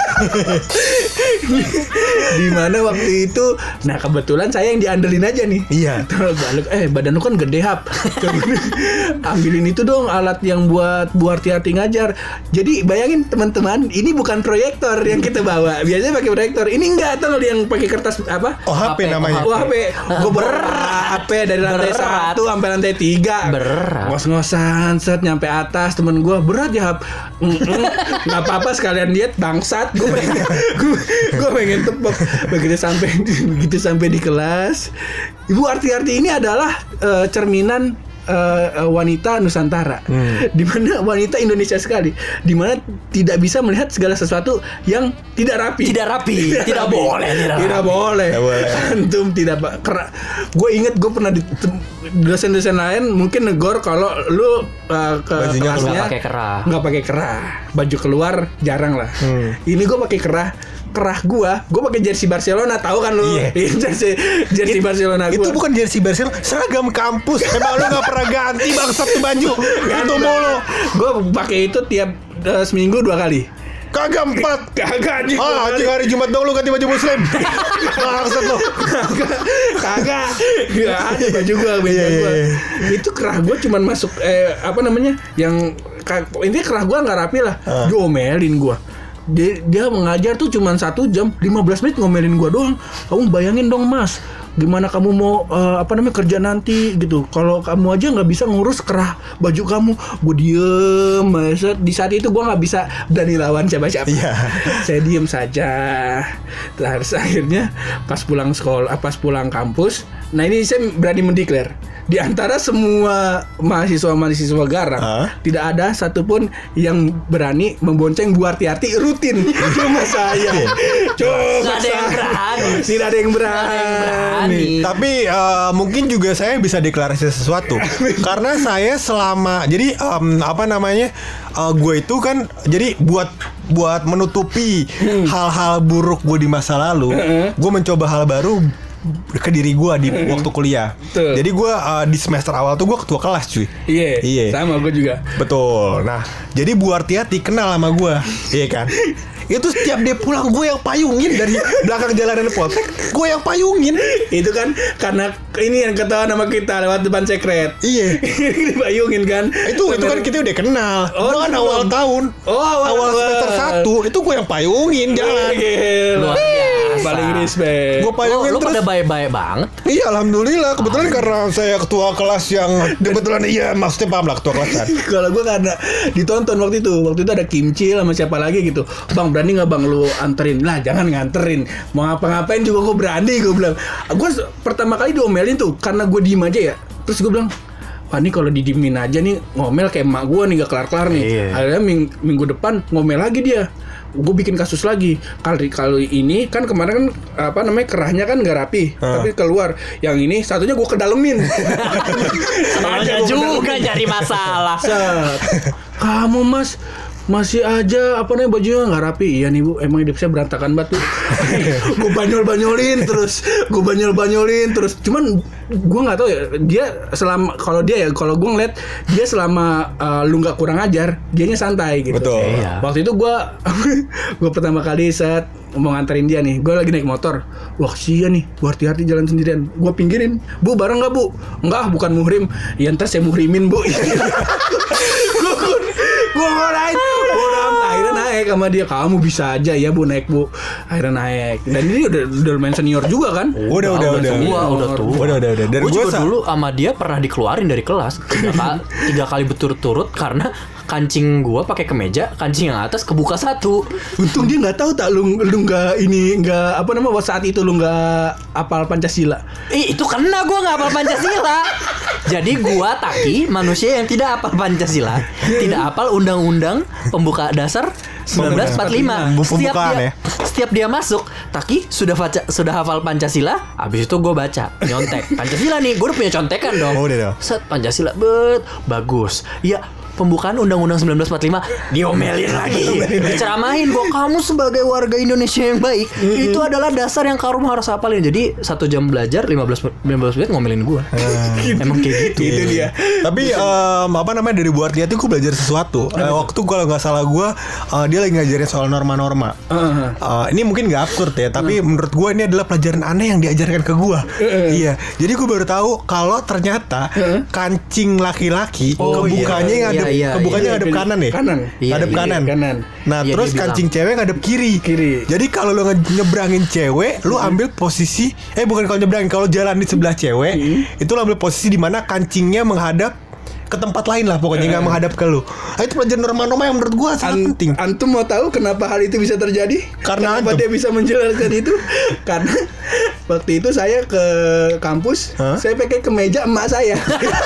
Di mana waktu itu, nah kebetulan saya yang diandelin aja nih. Iya. Eh badan lu kan gede hap. Ambilin itu dong alat yang buat buat hati ngajar. Jadi bayangin teman-teman, ini bukan proyektor yang kita bawa. Biasanya pakai proyektor. Ini enggak, tahu yang pakai kertas apa? Oh H P namanya. Oh H P. Gue berat. H P dari lantai satu sampai lantai tiga. Berat. Ngos-ngosan set nyampe atas, temen gue berat ya hap. Nggak apa-apa sekalian diet bangsat. Gue pengen, gue, gue pengen tepuk. Begitu sampai begitu sampai di kelas, Ibu Arti-Arti ini adalah uh, cerminan uh, uh, wanita Nusantara, Hmm. di mana wanita Indonesia sekali, di mana tidak bisa melihat segala sesuatu yang tidak rapi. Tidak rapi, tidak boleh, tidak Tidak rapi. boleh. Tidak boleh. Antum tidak kera. Gue inget gue pernah di dosen-dosen lain mungkin negor kalau lu uh, ke Bajunya kelasnya nggak pakai kerah. nggak pakai kerah, baju keluar jarang lah. Hmm. Ini gue pakai kerah. Kerah gua, gua pakai jersey Barcelona, tahu kan lu? Iya. jersey jersey Barcelona gua. Itu bukan jersey Barcelona, seragam kampus. Emang lu gak pernah ganti bangsat tuh baju. Itu mulu. Gua pakai itu tiap uh, seminggu dua kali. Kagak empat. Kagak anjing. Ah, anjing hari Jumat dong lu ganti baju muslim. Bangsat lu. Kagak. Kagak. Gak ada baju gua, baju Iya, iya, gua. iya. Itu kerah gua cuman masuk eh apa namanya? Yang intinya kerah gua enggak rapi lah. Ah. Diomelin gua. Dia, dia mengajar tuh cuma satu jam lima belas menit ngomelin gua doang. Kamu bayangin dong mas, gimana kamu mau uh, apa namanya kerja nanti gitu. Kalau kamu aja nggak bisa ngurus kerah baju kamu, gue diem. Di saat itu gua nggak bisa berani lawan siapa-siapa. Iya. Saya diem saja. Terus akhirnya pas pulang sekolah, pas pulang kampus, nah ini saya berani mendeklar. Di antara semua mahasiswa-mahasiswa Garang, Hah? tidak ada satupun yang berani membonceng Bu Artiati rutin. Cuma saya. Cuma Nggak ada yang saya. berani. Tidak ada yang berani. Nggak ada yang berani. Tapi uh, mungkin juga saya bisa deklarasi sesuatu. Karena saya selama jadi um, apa namanya? Uh, gue itu kan jadi buat buat menutupi hal-hal buruk gue di masa lalu, gue mencoba hal baru ke diri gue di waktu kuliah. Betul. Jadi gue uh, di semester awal tuh gue ketua kelas cuy. Iya. Iya. Sama gue juga. Betul. Nah, jadi Bu Artiati kenal sama gue, iya kan? Itu setiap dia pulang gue yang payungin dari belakang jalanan Poltek, gue yang payungin. Itu kan karena ini yang ketahuan sama kita lewat depan sekret. Iya. Dibayungin kan. Itu itu kan kita udah kenal. Oh, Gua kan belum. awal tahun. Oh, awal- awal awal. semester satu itu gue yang payungin jalan. Gila. Luar biasa. Paling respect. Gue Oh, payungin lu terus. pada baik-baik banget. Iya, alhamdulillah. Kebetulan karena saya ketua kelas yang kebetulan iya maksudnya paham lah ketua kelas kan. Kalau gue karena ditonton waktu itu, waktu itu ada Kimchi sama siapa lagi gitu. Bang, berani nggak bang lu anterin? Lah jangan nganterin. Mau ngapa-ngapain juga gue berani. Gue bilang. Gue pertama kali diomelin tuh karena gue diem aja ya. Terus gue bilang, wah ini kalau didiemin aja nih ngomel kayak emak gue nih gak kelar-kelar nih. Iya. Akhirnya ming- minggu depan ngomel lagi dia. Gue bikin kasus lagi. Kali kali ini kan kemarin kan apa namanya kerahnya kan nggak rapi, Ah. tapi keluar. Yang ini satunya gue kedalemin. Sengaja juga nyari masalah. Set. Kamu mas masih aja apa namanya bajunya nggak rapi. Iya nih bu, emang hidup saya berantakan banget tuh. Gue banyol-banyolin terus, gue banyol-banyolin terus. Cuman gue nggak tahu ya dia selama kalau dia ya kalau gue ngeliat dia selama uh, lu nggak kurang ajar, dianya santai gitu. Betul. Iya. Waktu itu gue gue pertama kali saat mau nganterin dia nih, gue lagi naik motor. Wah kasihan nih, Bu Artiati jalan sendirian. Gue pinggirin, bu bareng nggak bu? Enggak, bukan muhrim. Ya ntar saya muhrimin bu. Gue gue ngarahin, gue akhirnya naik sama dia. Kamu bisa aja ya bu naik bu. Akhirnya naik. Dan ini udah udah lumayan senior juga kan? Udah, udah, udah. Tua, udah tua. Udah, udah, udah. Dan Gue gua juga sa- dulu sama dia pernah dikeluarin dari kelas tiga kali, tiga kali berturut-turut karena kancing gua pakai kemeja, kancing yang atas kebuka satu. Untung dia nggak tahu tak lu lu nggak ini nggak apa namanya saat itu lu nggak apal Pancasila. Ih, itu kena gua nggak hafal Pancasila. Jadi gua Taki manusia yang tidak hafal Pancasila, tidak hafal undang-undang pembuka dasar seribu sembilan ratus empat puluh lima. Pembukaan Setiap ya. dia setiap dia masuk, Taki sudah baca sudah hafal Pancasila, habis itu gua baca nyontek Pancasila nih, gua udah punya contekan dong. Oh, udah dong. Set Pancasila bet bagus. Ya pembukaan Undang-Undang seribu sembilan ratus empat puluh lima diomelin lagi, diceramahin gua, kamu sebagai warga Indonesia yang baik itu adalah dasar yang kamu harus hafalin. Jadi satu jam belajar lima belas menit ngomelin gua. Emang kayak gitu. Itu dia. Tapi um, apa namanya dari Bu Artiati gue belajar sesuatu. Eh, waktu kalau nggak salah gue uh, dia lagi ngajarin soal norma-norma. Uh-huh. Uh, ini mungkin nggak absurd ya, tapi menurut gue ini adalah pelajaran aneh yang diajarkan ke gue. Iya, jadi gue baru tahu kalau ternyata kancing laki-laki Oh, kebukanya iya. ngadep, Iya, iya, kebukanya iya. ngadep kanan ya. Kanan. Iya, Ngadep iya, kanan. kanan. Nah, Iya, terus dia bilang. kancing cewek ngadep kiri. Kiri. Jadi kalau lo nge- nyebrangin cewek, lo ambil posisi eh bukan kalau nyebrangin, kalau jalan di sebelah cewek, itu lo ambil posisi di mana kancingnya menghadap ke tempat lain lah, pokoknya nggak menghadap ke lu. Nah, itu pelajaran norma-norma yang menurut gua sangat An- penting. Antum mau tahu kenapa hal itu bisa terjadi? Karena kenapa antum. dia bisa menjelaskan itu? Karena waktu itu saya ke kampus, Hah? saya pakai kemeja emak saya.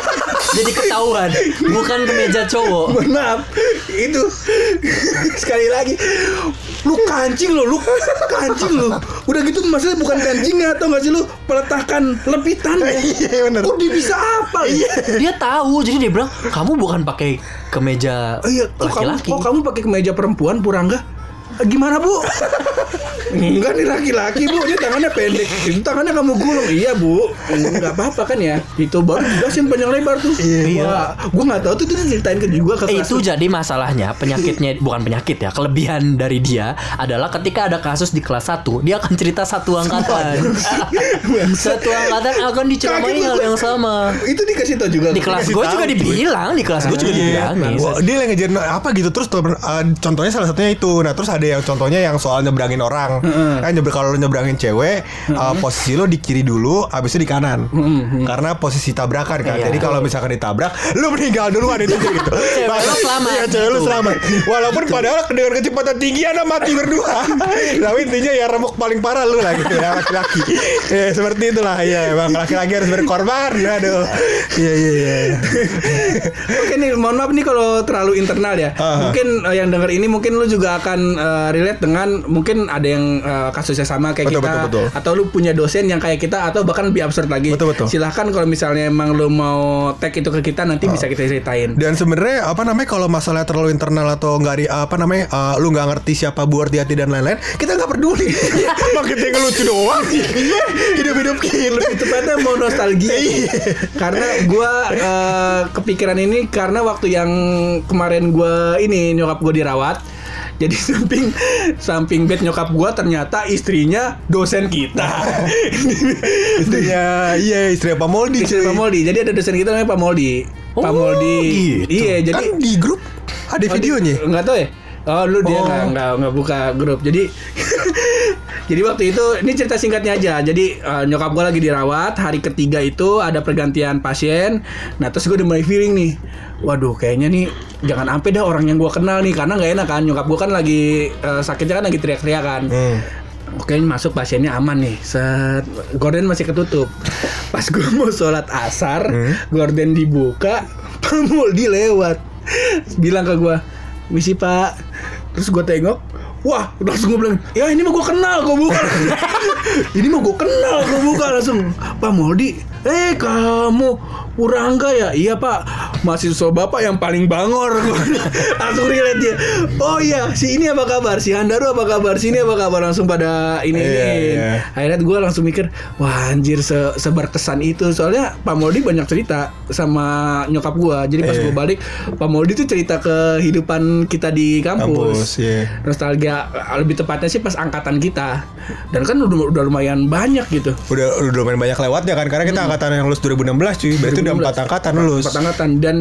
Jadi ketahuan, bukan kemeja cowok. Mohon maaf, itu sekali lagi lu kancing lo, lu kancing lo. Udah gitu maksudnya bukan kancingnya atau nggak sih lu peletakan lepitannya. Iya benar. Oh dia bisa apa? Dia tahu, jadi dia bilang kamu bukan pakai kemeja Oh, iya, oh, kamu, laki-laki. oh kamu pakai kemeja perempuan Purangga? Gimana bu? Enggak nih laki-laki bu, ini tangannya pendek, itu tangannya kamu gulung. Iya bu, nggak apa-apa kan ya. Itu baru jelasin panjang lebar tuh. Iya. Gue nggak tahu tuh itu diceritain ke juga ke Eh, kelas. itu jadi masalahnya penyakitnya bukan penyakit ya, kelebihan dari dia adalah ketika ada kasus di kelas satu dia akan cerita satu angkatan. Satu angkatan akan diceramain Kaget hal gua. yang sama. Itu dikasih tau juga. Di kelas Dikasih gue tahu, juga dibilang, di kelas gue juga dibilangin. Wah, dia yang ngejarin apa gitu terus tuh, uh, contohnya salah satunya itu. Nah terus ada yang contohnya yang soal nyebrangin orang. Kan nyebrang kalau lo nyebrangin cewek, uh, posisi lo di kiri dulu, habis itu di kanan. Karena posisi tabrakan kan. Iya. Jadi kalau misalkan ditabrak, lo meninggal duluan itu gitu. Cewek lo selamat. Iya, cewek lo Gitu. selamat. Walaupun padahal dengan kecepatan tinggi Anda mati berdua. Tapi intinya ya remuk paling parah lu lah gitu ya laki-laki. Ya seperti itulah ya, emang laki-laki harus berkorban ya aduh. Iya iya iya. Oke nih, mohon maaf nih kalau terlalu internal ya. Aha. Mungkin uh, yang denger ini mungkin lu juga akan uh, relate dengan mungkin ada yang uh, kasusnya sama kayak Betul, kita, betul, betul. atau lu punya dosen yang kayak kita, atau bahkan lebih absurd lagi. Betul, betul. Silahkan kalau misalnya emang lu mau tag itu ke kita nanti bisa kita ceritain. Dan sebenarnya apa namanya kalau masalah terlalu internal atau nggak di apa namanya uh, lu nggak ngerti siapa Bu Artiati dan lain-lain, kita nggak peduli. Makin tinggal lucu doang. Hidup-hidup kita. Lebih tepatnya mau nostalgia. Karena gua uh, kepikiran ini karena waktu yang kemarin gua ini nyokap gua dirawat. Jadi samping samping bed nyokap gua ternyata istrinya dosen kita. Istrinya iya istri Pak Moldi. Istri Pak Moldi. Jadi ada dosen kita namanya Pak Moldi. Pak Oh, Moldi. gitu. Iya, jadi Kan di grup ada videonya. Oh, enggak tahu ya? Oh, lu dia Oh. enggak enggak enggak buka grup. Jadi jadi waktu itu ini cerita singkatnya aja. Jadi uh, nyokap gua lagi dirawat, hari ketiga itu ada pergantian pasien. Nah, terus gua udah mulai feeling nih. Waduh, kayaknya nih jangan sampai dah orang yang gua kenal nih, karena nggak enak kan. Nyokap gua kan lagi uh, sakitnya kan lagi teriak-teriak kan. Hmm. Oke, masuk pasiennya aman nih. Set, gorden masih ketutup. Pas gue mau sholat asar, Hmm. gorden dibuka, Pak Moldi lewat. Bilang ke gue, "Misi Pak." Terus gue tengok, wah, langsung gue bilang, "Ya ini mah gue kenal, gue buka." Ini mah gue kenal, gue buka langsung. "Pak Moldi, eh kamu Purangga ya?" "Iya Pak, mahasiswa Bapak yang paling bangor." Langsung relate dia. "Oh iya, si ini apa kabar? Si Handaru apa kabar? Si ini apa kabar?" Langsung pada ini Iya, iya. Akhirnya gue langsung mikir, wah anjir se seberkesan itu. Soalnya Pak Moldi banyak cerita sama nyokap gue. Jadi pas Iya. gue balik, Pak Moldi tuh cerita kehidupan kita di kampus. Kampus, iya. Nostalgia, lebih tepatnya sih pas angkatan kita. Dan kan udah, udah lumayan banyak gitu. Udah udah lumayan banyak lewatnya kan karena kita angkatan yang lulus dua ribu enam belas cuy. Berarti udah empat angkatan lulus. Empat angkatan dan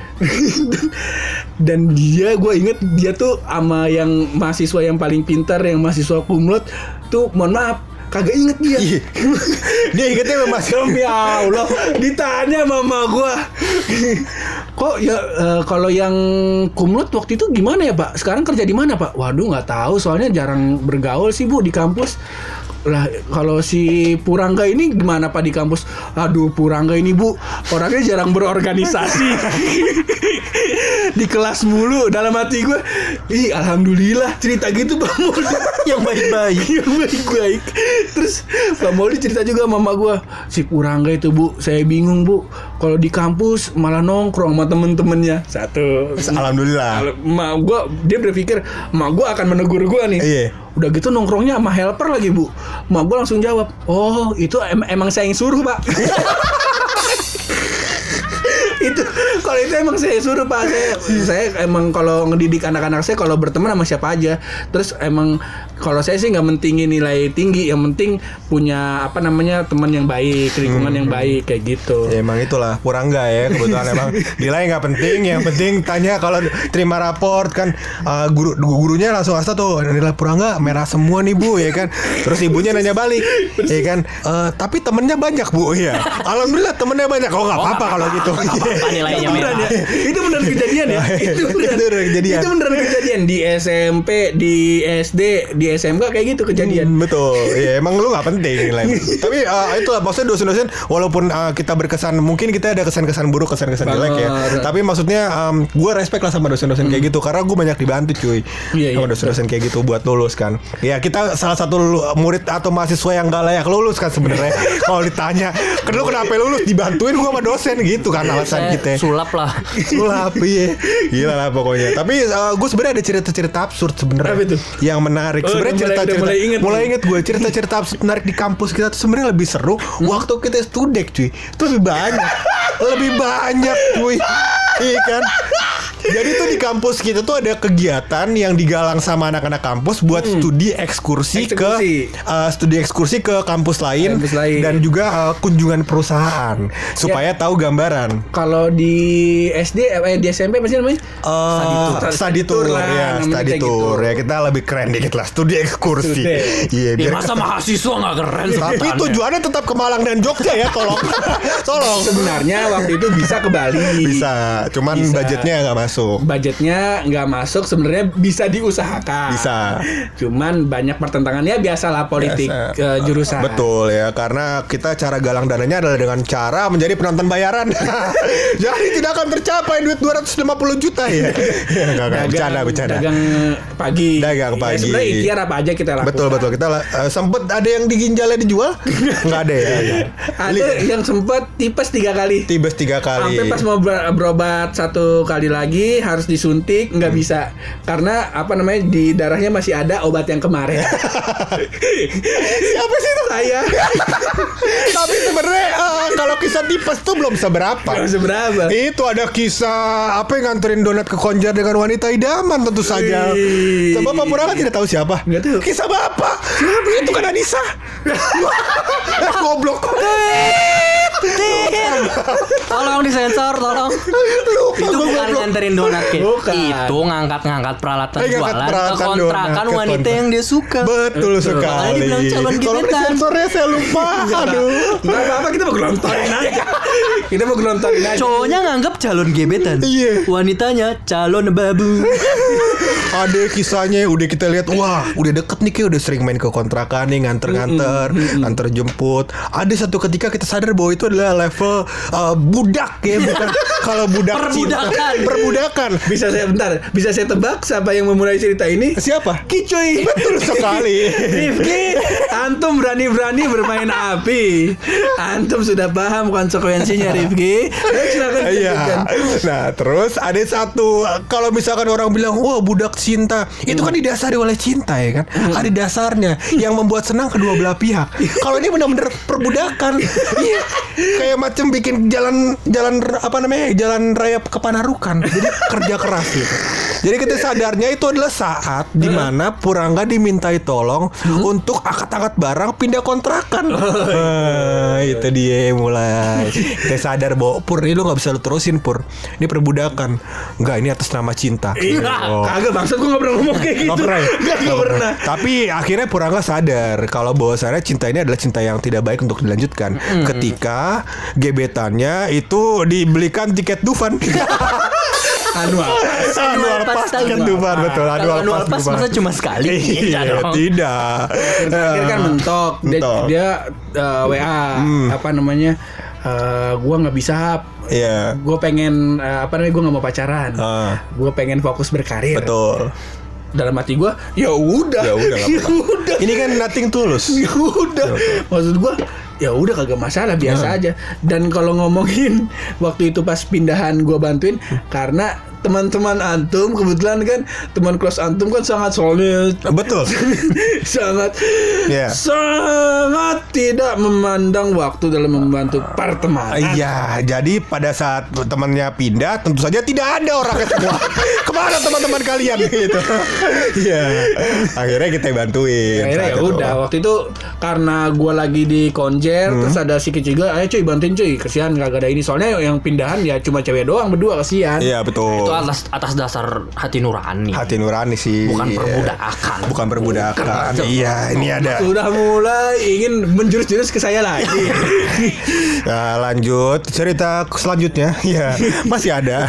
dan dia, gue inget dia tuh sama yang mahasiswa yang paling pintar, yang mahasiswa kumlot tuh, mohon maaf, kagak inget dia. Iya. Dia ingetnya memang masih Demi Allah, ditanya mama gua, kok ya eh, kalau yang kumlot waktu itu gimana ya Pak? Sekarang kerja di mana Pak? Waduh nggak tahu, soalnya jarang bergaul sih Bu di kampus. Lah kalau si Purangga ini gimana Pak di kampus? Aduh Purangga ini Bu, orangnya jarang berorganisasi. Di kelas mulu. Dalam hati gue, ih alhamdulillah cerita gitu Pak Moldi. Yang baik-baik. Yang baik-baik. Terus Pak Moldi cerita juga sama mama gue, si Purangga itu Bu, saya bingung Bu, kalau di kampus malah nongkrong sama temen-temennya. Satu. alhamdulillah. Mak gue, dia berpikir mak gue akan menegur gue nih. Iya. Udah gitu nongkrongnya sama helper lagi Bu. Mak gue langsung jawab, oh itu em emang saya yang suruh Pak. Itu kalau itu emang saya suruh Pak. Saya saya emang kalau ngedidik anak-anak saya kalau berteman sama siapa aja. Terus emang kalau saya sih nggak mentingin nilai tinggi, yang penting punya apa namanya teman yang baik, lingkungan Hmm. yang baik kayak gitu. Ya emang itulah Purangga ya kebetulan emang nilai nggak penting, yang penting tanya kalau terima raport kan uh, guru gurunya langsung asal tuh nilai Purangga merah semua nih Bu ya kan, terus ibunya nanya balik ya kan, uh, tapi temennya banyak Bu ya, alhamdulillah temennya banyak, oh nggak apa-apa kalau gitu. apa nilainya Itu beneran merah. ya? Itu beneran kejadian ya? Itu beneran, Itu beneran kejadian. Itu beneran kejadian di S M P, di S D, di S M K kayak gitu kejadian. Hmm, betul. Ya emang lu gak penting nilai. Tapi uh, itulah maksudnya dosen-dosen walaupun uh, kita berkesan mungkin kita ada kesan-kesan buruk, kesan-kesan jelek ya. Banget. Tapi maksudnya um, gue respect lah sama dosen-dosen kayak gitu karena gue banyak dibantu cuy. Iya, sama iya. dosen-dosen kayak gitu buat lulus kan. Ya kita salah satu lu- murid atau mahasiswa yang gak layak lulus kan sebenarnya. Kalau ditanya, "Kan lu kenapa lulus?" Dibantuin gue sama dosen gitu kan alasan Saya kita. sulap lah. Sulap iya. Gila lah pokoknya. Tapi uh, gue sebenarnya ada cerita-cerita absurd sebenarnya. Apa itu? Yang menarik. Oh, Sebenarnya udah mulai- cerita-cerita udah mulai inget mulai nih. inget gue cerita-cerita absurd menarik di kampus kita tuh sebenarnya lebih seru waktu kita studek cuy. Itu lebih banyak. Lebih banyak cuy. Iya kan? Jadi tuh di kampus kita tuh ada kegiatan yang digalang sama anak-anak kampus buat studi ekskursi, Ekskursi. ke uh, studi ekskursi ke kampus lain, Kampus lain. dan juga uh, kunjungan perusahaan supaya tahu gambaran. Kalau di S D eh di S M P apa sih namanya? Uh, Study tour. study Study tour tour lah, ya, namanya study kayak tour gitu. ya kita lebih keren dikit lah, studi ekskursi. Studi. Iya, Ya biar masa mahasiswa nggak keren tapi sebutannya? tujuannya tetap ke Malang dan Jogja ya, tolong. Tolong. Sebenarnya waktu itu bisa ke Bali. Bisa, cuman Bisa. budgetnya nggak masuk. Budgetnya nggak masuk, sebenarnya bisa diusahakan. Bisa. Cuman banyak pertentangannya, biasalah politik Biasa. eh, jurusan. Betul ya, karena kita cara galang dananya adalah dengan cara menjadi penonton bayaran. Jadi tidak akan tercapai duit dua ratus lima puluh juta ya. Ya, enggak, enggak, bercanda, bercanda. Dagang pagi. Dagang Ya, pagi. sebenarnya ikhtiar apa aja kita lakukan. Betul betul kita uh, sempet ada yang di ginjalnya dijual? Nggak ada ya. Ada yang sempat tipes tiga kali. Tibes tiga kali. Sampai pas mau ber- berobat satu kali lagi harus disuntik, nggak bisa karena apa namanya di darahnya masih ada obat yang kemarin. Siapa sih itu? Saya Tapi sebenarnya uh, kalau kisah tipes tuh belum seberapa. nggak seberapa. Itu ada kisah apa yang nganterin donat ke konjer dengan wanita idaman tentu saja. Wih. Coba Bapak Puranga tidak tahu siapa? Nggak tahu. Kisah Bapak. Itu kan Anissa. Eh, goblok. Tolong disensor, tolong. Lupa Itu gua bukan goblok. nganterin donat Ki. Bukan. Itu ngangkat-ngangkat peralatan Eh, ngangkat jualan ke peralatan kontrakan donat, ke wanita kontrak. yang dia suka. Betul sekali. Makanya dibilang calon Kalau gebetan. sensornya saya lupa. Aduh. Nggak apa-apa, kita mau gelontorin aja. Kita mau gelontorin aja. Cowoknya nganggap calon gebetan. Iya. Wanitanya calon babu. Ada kisahnya udah kita lihat, wah udah deket nih kayak udah sering main ke kontrakan nih, nganter-nganter, nganter jemput. Ada satu ketika kita sadar bahwa itu adalah level uh, budak ya, bukan kalau budak cinta. Perbudakan. Perbudakan. Bisa saya bentar, bisa saya tebak siapa yang memulai cerita ini? Siapa? Kicoy. Betul sekali. Rifki, antum berani-berani bermain api. Antum sudah paham konsekuensinya, Rifki. Ayo, silakan Iya. lanjutkan. Nah, terus ada satu, kalau misalkan orang bilang, "Wah, budak cinta." Itu kan didasari oleh cinta ya kan? Ada dasarnya yang membuat senang kedua belah pihak. Kalau ini benar-benar perbudakan. Iya. Kayak macam bikin jalan jalan apa namanya? Jalan raya ke Panarukan. Jadi kerja keras gitu. Jadi kita sadarnya itu adalah saat di mana Purangga dimintai tolong untuk angkat-angkat barang pindah kontrakan. Nah, itu dia mulai. Kita sadar bahwa Pur ini lu nggak bisa lu terusin Pur. Ini perbudakan. Enggak, ini atas nama cinta. Iya, Oh. kagak maksud gua nggak pernah ngomong kayak gitu. Nggak pernah ya? Nggak, nggak pernah. Tapi akhirnya Purangga sadar kalau bahwasannya cinta ini adalah cinta yang tidak baik untuk dilanjutkan. Ketika gebetannya itu dibelikan tiket Dufan. Anual. Anual pas tahun. tiket Dufan, betul. Kalau Anual annual pas pas Dufan. masa cuma sekali? Iya, dong. tidak. Terakhir kan mentok. Dia, Mentok. dia uh, W A apa namanya? Uh, gua nggak bisa. Iya. Gue pengen uh, apa namanya? Gue nggak mau pacaran. Ah. Gue pengen fokus berkarir. Betul. Dalam hati gue, ya udah. Ya udah, nggak Ya apa-apa. udah. Ini kan nothing tulus. Ya udah. Maksud gue, ya udah kagak masalah, biasa aja. Dan kalau ngomongin waktu itu pas pindahan gue bantuin karena teman-teman antum kebetulan kan teman kelas antum kan sangat solid. Betul. sangat Iya. sangat tidak memandang waktu dalam membantu pertemanan. Iya, jadi pada saat temannya pindah, tentu saja tidak ada orangnya semua. Kemana teman-teman kalian gitu? Iya. Akhirnya kita bantuin. Akhirnya ya saat itu. udah waktu itu karena gue lagi di konjer Hmm. terus ada si kecil juga, ayo cuy bantuin cuy, kesian kagak ada ini soalnya yang pindahan ya cuma cewek doang berdua, kesian. Iya betul. Itu atas atas dasar hati nurani. Hati nurani sih. Bukan Iya. perbudakan. Bukan perbudakan. Bukan. Iya, ini ada. Sudah mulai ingin menjurus-jurus ke saya lagi. Nah, lanjut cerita selanjutnya. Ya, masih ada.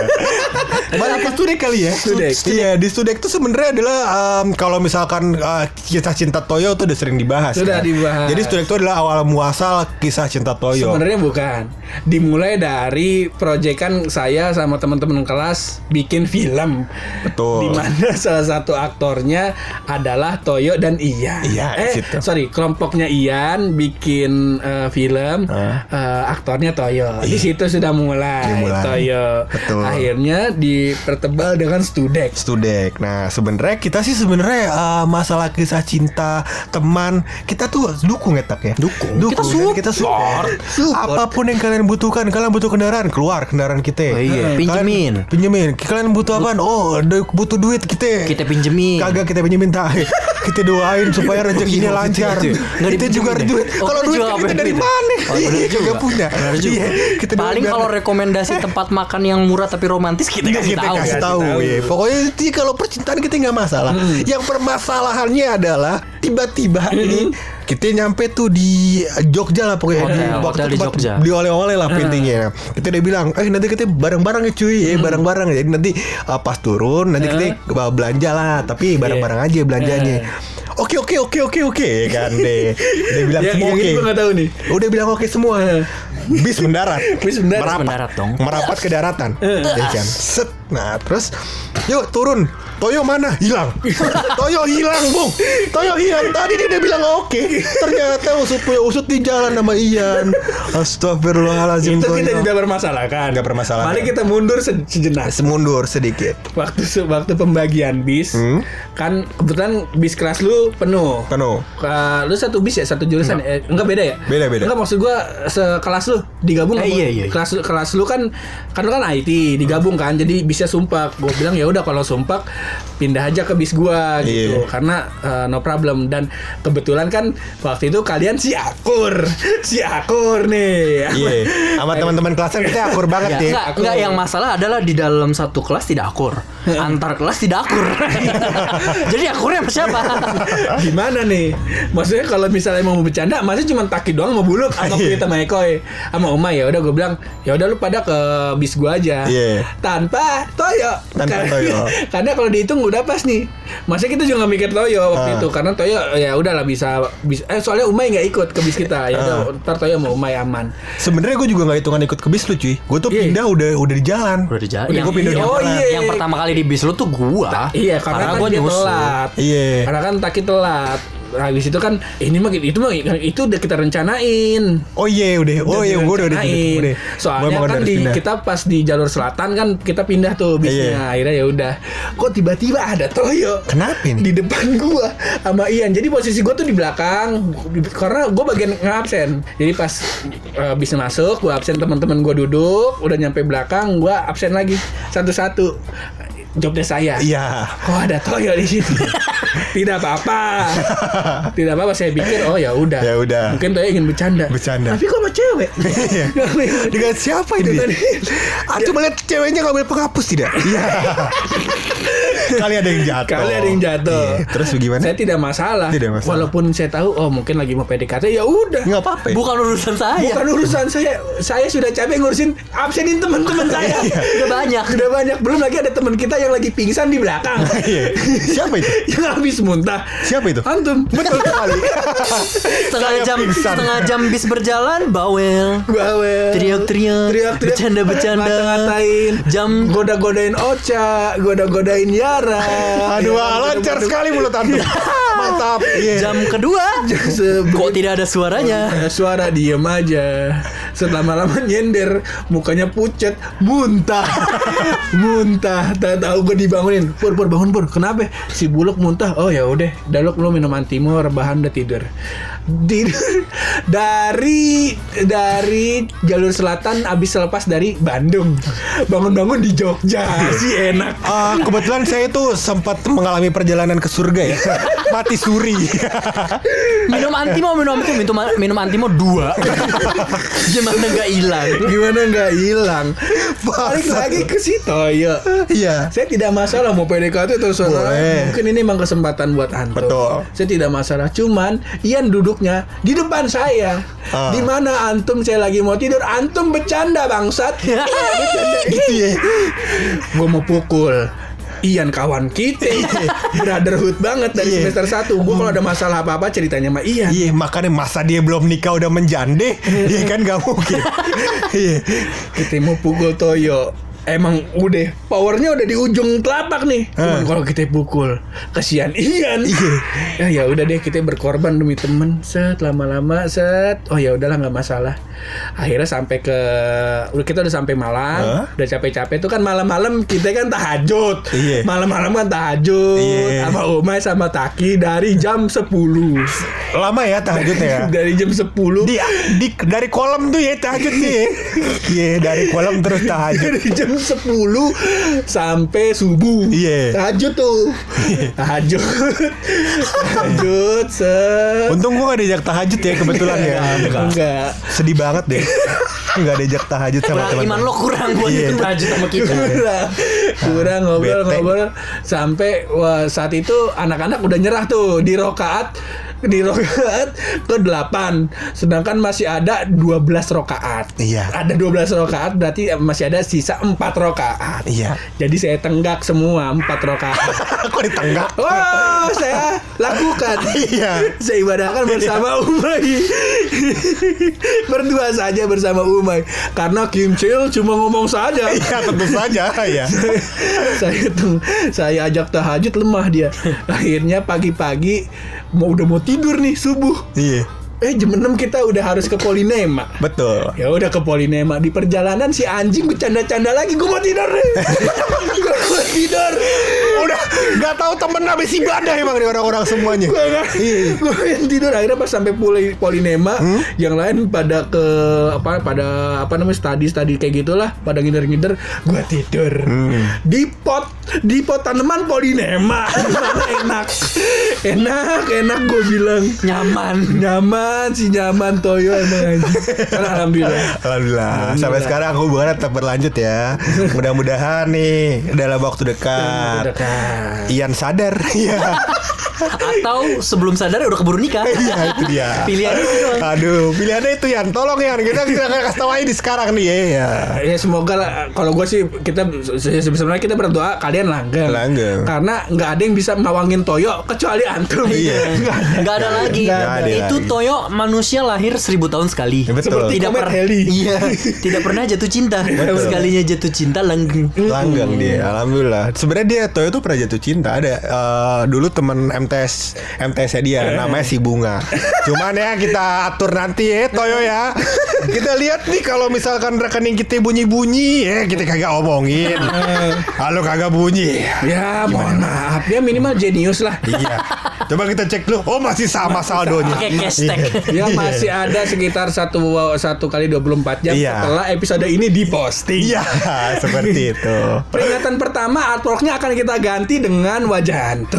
Balik ke Studek kali ya. Studek. Iya, di Studek itu sebenarnya adalah um, kalau misalkan uh, kisah cinta Toyo itu udah sering dibahas. Sudah kan? dibahas. Jadi Studek itu adalah awal muasal kisah cinta Toyo. Sebenarnya bukan. Dimulai dari proyekan saya sama teman-teman kelas bikin film. Betul. Di mana salah satu aktornya adalah Toyo dan Ian. Iya, eh, situ. sorry, kelompoknya Ian bikin uh, film, uh. Uh, aktornya Toyo. Di situ sudah mulai, Dimulai. Toyo. Betul. Akhirnya dipertebal dengan Studek. Studek. Nah, sebenarnya kita sih sebenarnya uh, masalah kisah cinta teman kita tuh dukung ya Tak ya. Dukung. Dukung. Kita support. Kita support. Support. Apapun yang kalian butuhkan, kalian butuh kendaraan, keluar kendaraan kita. Oh iya, Kalian- pinjemin. Pinjemin. Kalian butuh apaan? Oh, ada- butuh duit kita. Kita pinjemin. Kagak kita pinjemin tak. Kita doain supaya rezekinya Iya, lancar. gitu. Nggak Kita juga dipinjemin duit. ya? Oh, Kalau kita duit juga kan nggak kita dari punya duit. mana? Oh, bener Iya, juga. juga punya. Bener juga. Iya, kita Paling doain kalau biar- rekomendasi tempat makan yang murah tapi romantis kita Nggak, kasih kita tahu. kasih Kasih tahu tahu. ya. Pokoknya intinya kalau percintaan kita nggak masalah. Yang permasalahannya adalah tiba-tiba ini kita nyampe tuh di Jogja lah pokoknya. Hotel, Di- hotel di tempat Jogja. Beli oleh-oleh lah intinya. Kita udah bilang, eh nanti kita bareng-bareng ya cuy, ya bareng-bareng. Jadi nanti uh, pas turun nanti kita bawa belanja lah, tapi bareng-bareng aja belanjanya. Oke oke oke oke oke kan deh. Dia bilang Yang- semua yang oke. ini gua nggak tahu nih. Udah bilang oke semua. Bis mendarat. Bis mendarat. Merapat. Mendarat dong. Merapat ke daratan. Ya kan. Set. Nah, terus yuk turun. Toyo mana? Hilang. Toyo hilang, Bung. Toyo hilang. Tadi dia udah bilang oke. Ternyata usut punya usut di jalan sama Ian. Astagfirullahaladzim. Itu kita Toyo. tidak permasalahkan. Nggak permasalahkan. Mari kita mundur se- sejenak. Semundur sedikit. Waktu se- waktu pembagian bis, Hmm. kan kebetulan bis kelas lu penuh. Penuh. Ka- lu satu bis ya, satu jurusan. Enggak, eh, enggak beda ya? Beda, beda. Enggak, maksud gua sekelas lu digabung Eh, sama- iya, iya. kelas kelas lu kan kan lu kan I T digabung kan. Jadi bisa sumpak. Gua bilang ya udah kalau sumpak pindah aja ke bis gua gitu. Iya. Karena eh, no problem, dan kebetulan kan waktu itu kalian si akur. Si akur nih. Iya. Sama teman-teman kelasan kita akur banget Ya, ya. enggak, Akur. enggak, yang masalah adalah di dalam satu kelas tidak akur. Antar kelas tidak akur. Jadi akurnya sama siapa? Gimana nih? Maksudnya kalau misalnya mau bercanda, masih cuma Taki doang mau buluk sama Iya. kita sama Ekoy sama Uma, ya udah gue bilang ya udah lu pada ke bis gua aja. Iya. Tanpa Toyo. Tanpa Karena- Toyo. Karena kalau dihitung udah pas nih. Maksudnya kita juga gak mikir Toyo waktu Ah. itu, karena Toyo ya udahlah bisa, bisa eh soalnya Umay nggak ikut ke bis kita. Ya udah Ah. ntar Toyo mau Umay aman. Sebenarnya gue juga nggak hitungan ikut ke bis lu cuy. Gue tuh Iya. pindah udah udah di jalan. Udah di jalan. Udah Yang, gue pindah di yang, oh, jalan. iya. yang pertama kali di bis lu tuh gua. Iya, karena, kan gua dia nyusul. telat. Iya. Karena kan Taki telat. Habis itu kan ini mah itu mah itu udah kita rencanain. Oh iya udah. Oh iya gue udah udah. direncanain. udah. Soalnya Gua kan harus di pindah. kita pas di jalur selatan kan kita pindah tuh bisnya. Iya. Akhirnya ya udah. Kok tiba-tiba ada Toyo Kenapa ini? di depan gua sama Ian. Jadi posisi gua tuh di belakang karena gua bagian ngabsen. Jadi pas uh, bis masuk, gua absen, teman-teman gua duduk, udah nyampe belakang, gua absen lagi satu-satu. Jobnya saya. Iya. Kok ada Toyo di sini? Tidak apa-apa. Tidak apa-apa, saya pikir oh ya udah. Ya udah. Mungkin Toyo ingin bercanda. Bercanda. Tapi kok sama cewek? Iya. Dengan siapa ini? Dengan- Ah, coba lihat ceweknya nggak boleh penghapus tidak? Iya. Kali ada yang jatuh. Kali ada yang jatuh. Iya. Terus bagaimana? Saya tidak masalah. Tidak masalah. Walaupun saya tahu oh mungkin lagi mau P D K T, ya udah. Nggak apa-apa. ya? Bukan urusan saya. Bukan urusan saya. Saya sudah capek ngurusin absenin teman-teman saya. Udah banyak. Udah banyak. Belum lagi ada teman kita yang lagi pingsan di belakang. Iya. Siapa itu? Yang habis muntah. Siapa itu? Antum. Betul sekali. Setengah Saya jam pingsan. setengah jam bis berjalan bawel. Bawel. Teriak-teriak, Teriak-teriak. bercanda-bercanda. Ngata-ngatain. Jam Goda-godain Ocha, goda-godain Yara. Aduh, Ya, lancar goda-goda- sekali mulut antum. Mantap. Iya. jam kedua Se- kok tidak ada suaranya. Eh, suara diem aja. Setelah lama nyender, mukanya pucat, muntah, muntah. Tak tahu gue dibangunin. Pur, pur bangun pur. Kenapa? Si Buluk muntah. Oh ya udah, Daluk lu minum antimo, rebahan udah tidur. Tidur dari dari jalur selatan abis selepas dari Bandung. Bangun-bangun di Jogja. Si enak. Ah, kebetulan saya tuh sempat mengalami perjalanan ke surga ya. Mati suri. Minum antimo, minum antimo, minum, minum antimo dua. Gimana nggak hilang? Gimana nggak hilang? Balik Bangsat. lagi ke si Toyo. Iya. Saya Saya tidak masalah mau P D K T terus Boleh. mungkin ini emang kesempatan buat antum. Betul. Saya tidak masalah. Cuman Ian duduknya di depan saya. Ah. Di mana antum saya lagi mau tidur, antum bercanda bangsat. Bercanda Gitu ya. Gue mau pukul Ian kawan kita, brotherhood banget dari Iya. semester satu. Gue kalau ada masalah apa-apa ceritanya sama Ian. Iya, makanya masa dia belum nikah udah menjande, dia kan gak mungkin. Iya. Kita mau pukul Toyo. Emang udah powernya udah di ujung telapak nih. Cuman Ah. kalau kita pukul kasihan Ian. Iya. Ya ya udah deh kita berkorban demi temen. Set lama-lama set. Oh ya udahlah nggak masalah. Akhirnya sampai ke udah kita udah sampai Malang. Hah? Udah capek-capek tuh kan malam-malam kita kan tahajud. Iya. Malam-malam kan tahajud Iya. sama Umay sama Taki dari jam sepuluh. Lama ya tahajudnya ya. Dari jam sepuluh Di, di dari kolam tuh ya tahajud nih. Iya, dari kolam terus tahajud. dari jam sepuluh sampai subuh. Iya. Tahajud tuh. Tahajud. Tahajud set. Untung gua gak diajak tahajud ya kebetulan ya. Enggak. Sedih banget deh. Gak diajak tahajud sama Kurang teman. iman lo kurang buat Iya. itu tahajud sama kita. Kurang, kurang ngobrol-ngobrol sampai wah, saat itu anak-anak udah nyerah tuh di rokaat di rokaat ke delapan, sedangkan masih ada dua belas rokaat. Iya. Ada dua belas rokaat berarti masih ada sisa empat rokaat. Iya. Jadi saya tenggak semua empat rokaat. Kok ditenggak? Wah, saya lakukan. Iya. Saya ibadahkan bersama Umay. Berdua saja bersama Umay. Karena Kim Chil cuma ngomong saja. Iya, tentu saja ya. saya tuh saya ajak tahajud lemah dia. Akhirnya pagi-pagi mau udah mau tidur nih subuh. Iya. Eh jam enam kita udah harus ke Polinema. Betul. Ya udah ke Polinema, di perjalanan si anjing bercanda-canda lagi, gue mau tidur nih. Gue mau tidur. Udah nggak tahu temen habis ibadah emang nih orang-orang semuanya. Gue kan, Iya. gue pengen tidur. Akhirnya pas sampai Poli, Polinema, Hmm? yang lain pada ke apa pada apa namanya studi studi kayak gitulah, pada ngider-ngider, gue tidur Hmm. di pot di pot tanaman Polinema. Gimana enak, enak, enak gue bilang Nyaman. nyaman si nyaman Toyo emang anjing. Karena alhamdulillah. Alhamdulillah. Sampai sekarang hubungannya tetap berlanjut ya. Mudah-mudahan nih dalam waktu dekat Dekat. Ian sadar. Iya. Atau sebelum sadar udah keburu nikah. Iya, itu dia. Pilihannya itu doang. Aduh, pilihannya itu Ian. Tolong Ian, kita kita kasih tahu aja di sekarang nih ya. Ya. Ya semoga lah. Kalau gue sih kita sebenarnya kita berdoa kalian langgeng. Langgeng. Karena nggak ada yang bisa mawangin Toyo kecuali antum. Iya. Nggak ada lagi. Nggak ada Itu lagi. Toyo manusia lahir seribu tahun sekali. Ya, betul. Seperti Tidak Komet pernah. Heli. Iya. Tidak pernah jatuh cinta. Sekalinya jatuh cinta langgeng. Langgeng dia, alhamdulillah. Sebenarnya dia Toyo tuh pernah jatuh cinta. Ada eh, dulu temen M T S M T S-nya dia, namanya si Bunga. Cuman ya kita atur nanti ya Toyo ya. Kita lihat nih kalau misalkan rekening kita bunyi-bunyi, ya kita kagak omongin. Halo kagak bunyi. Ya mohon maaf. Ya minimal jenius lah. Iya. Coba kita cek dulu. Oh masih sama saldonya. Pakai hashtag. Ya masih ada sekitar satu satu kali dua puluh empat jam Iya. setelah episode ini diposting. Iya, seperti itu. Peringatan pertama artworknya akan kita ganti dengan wajah hantu.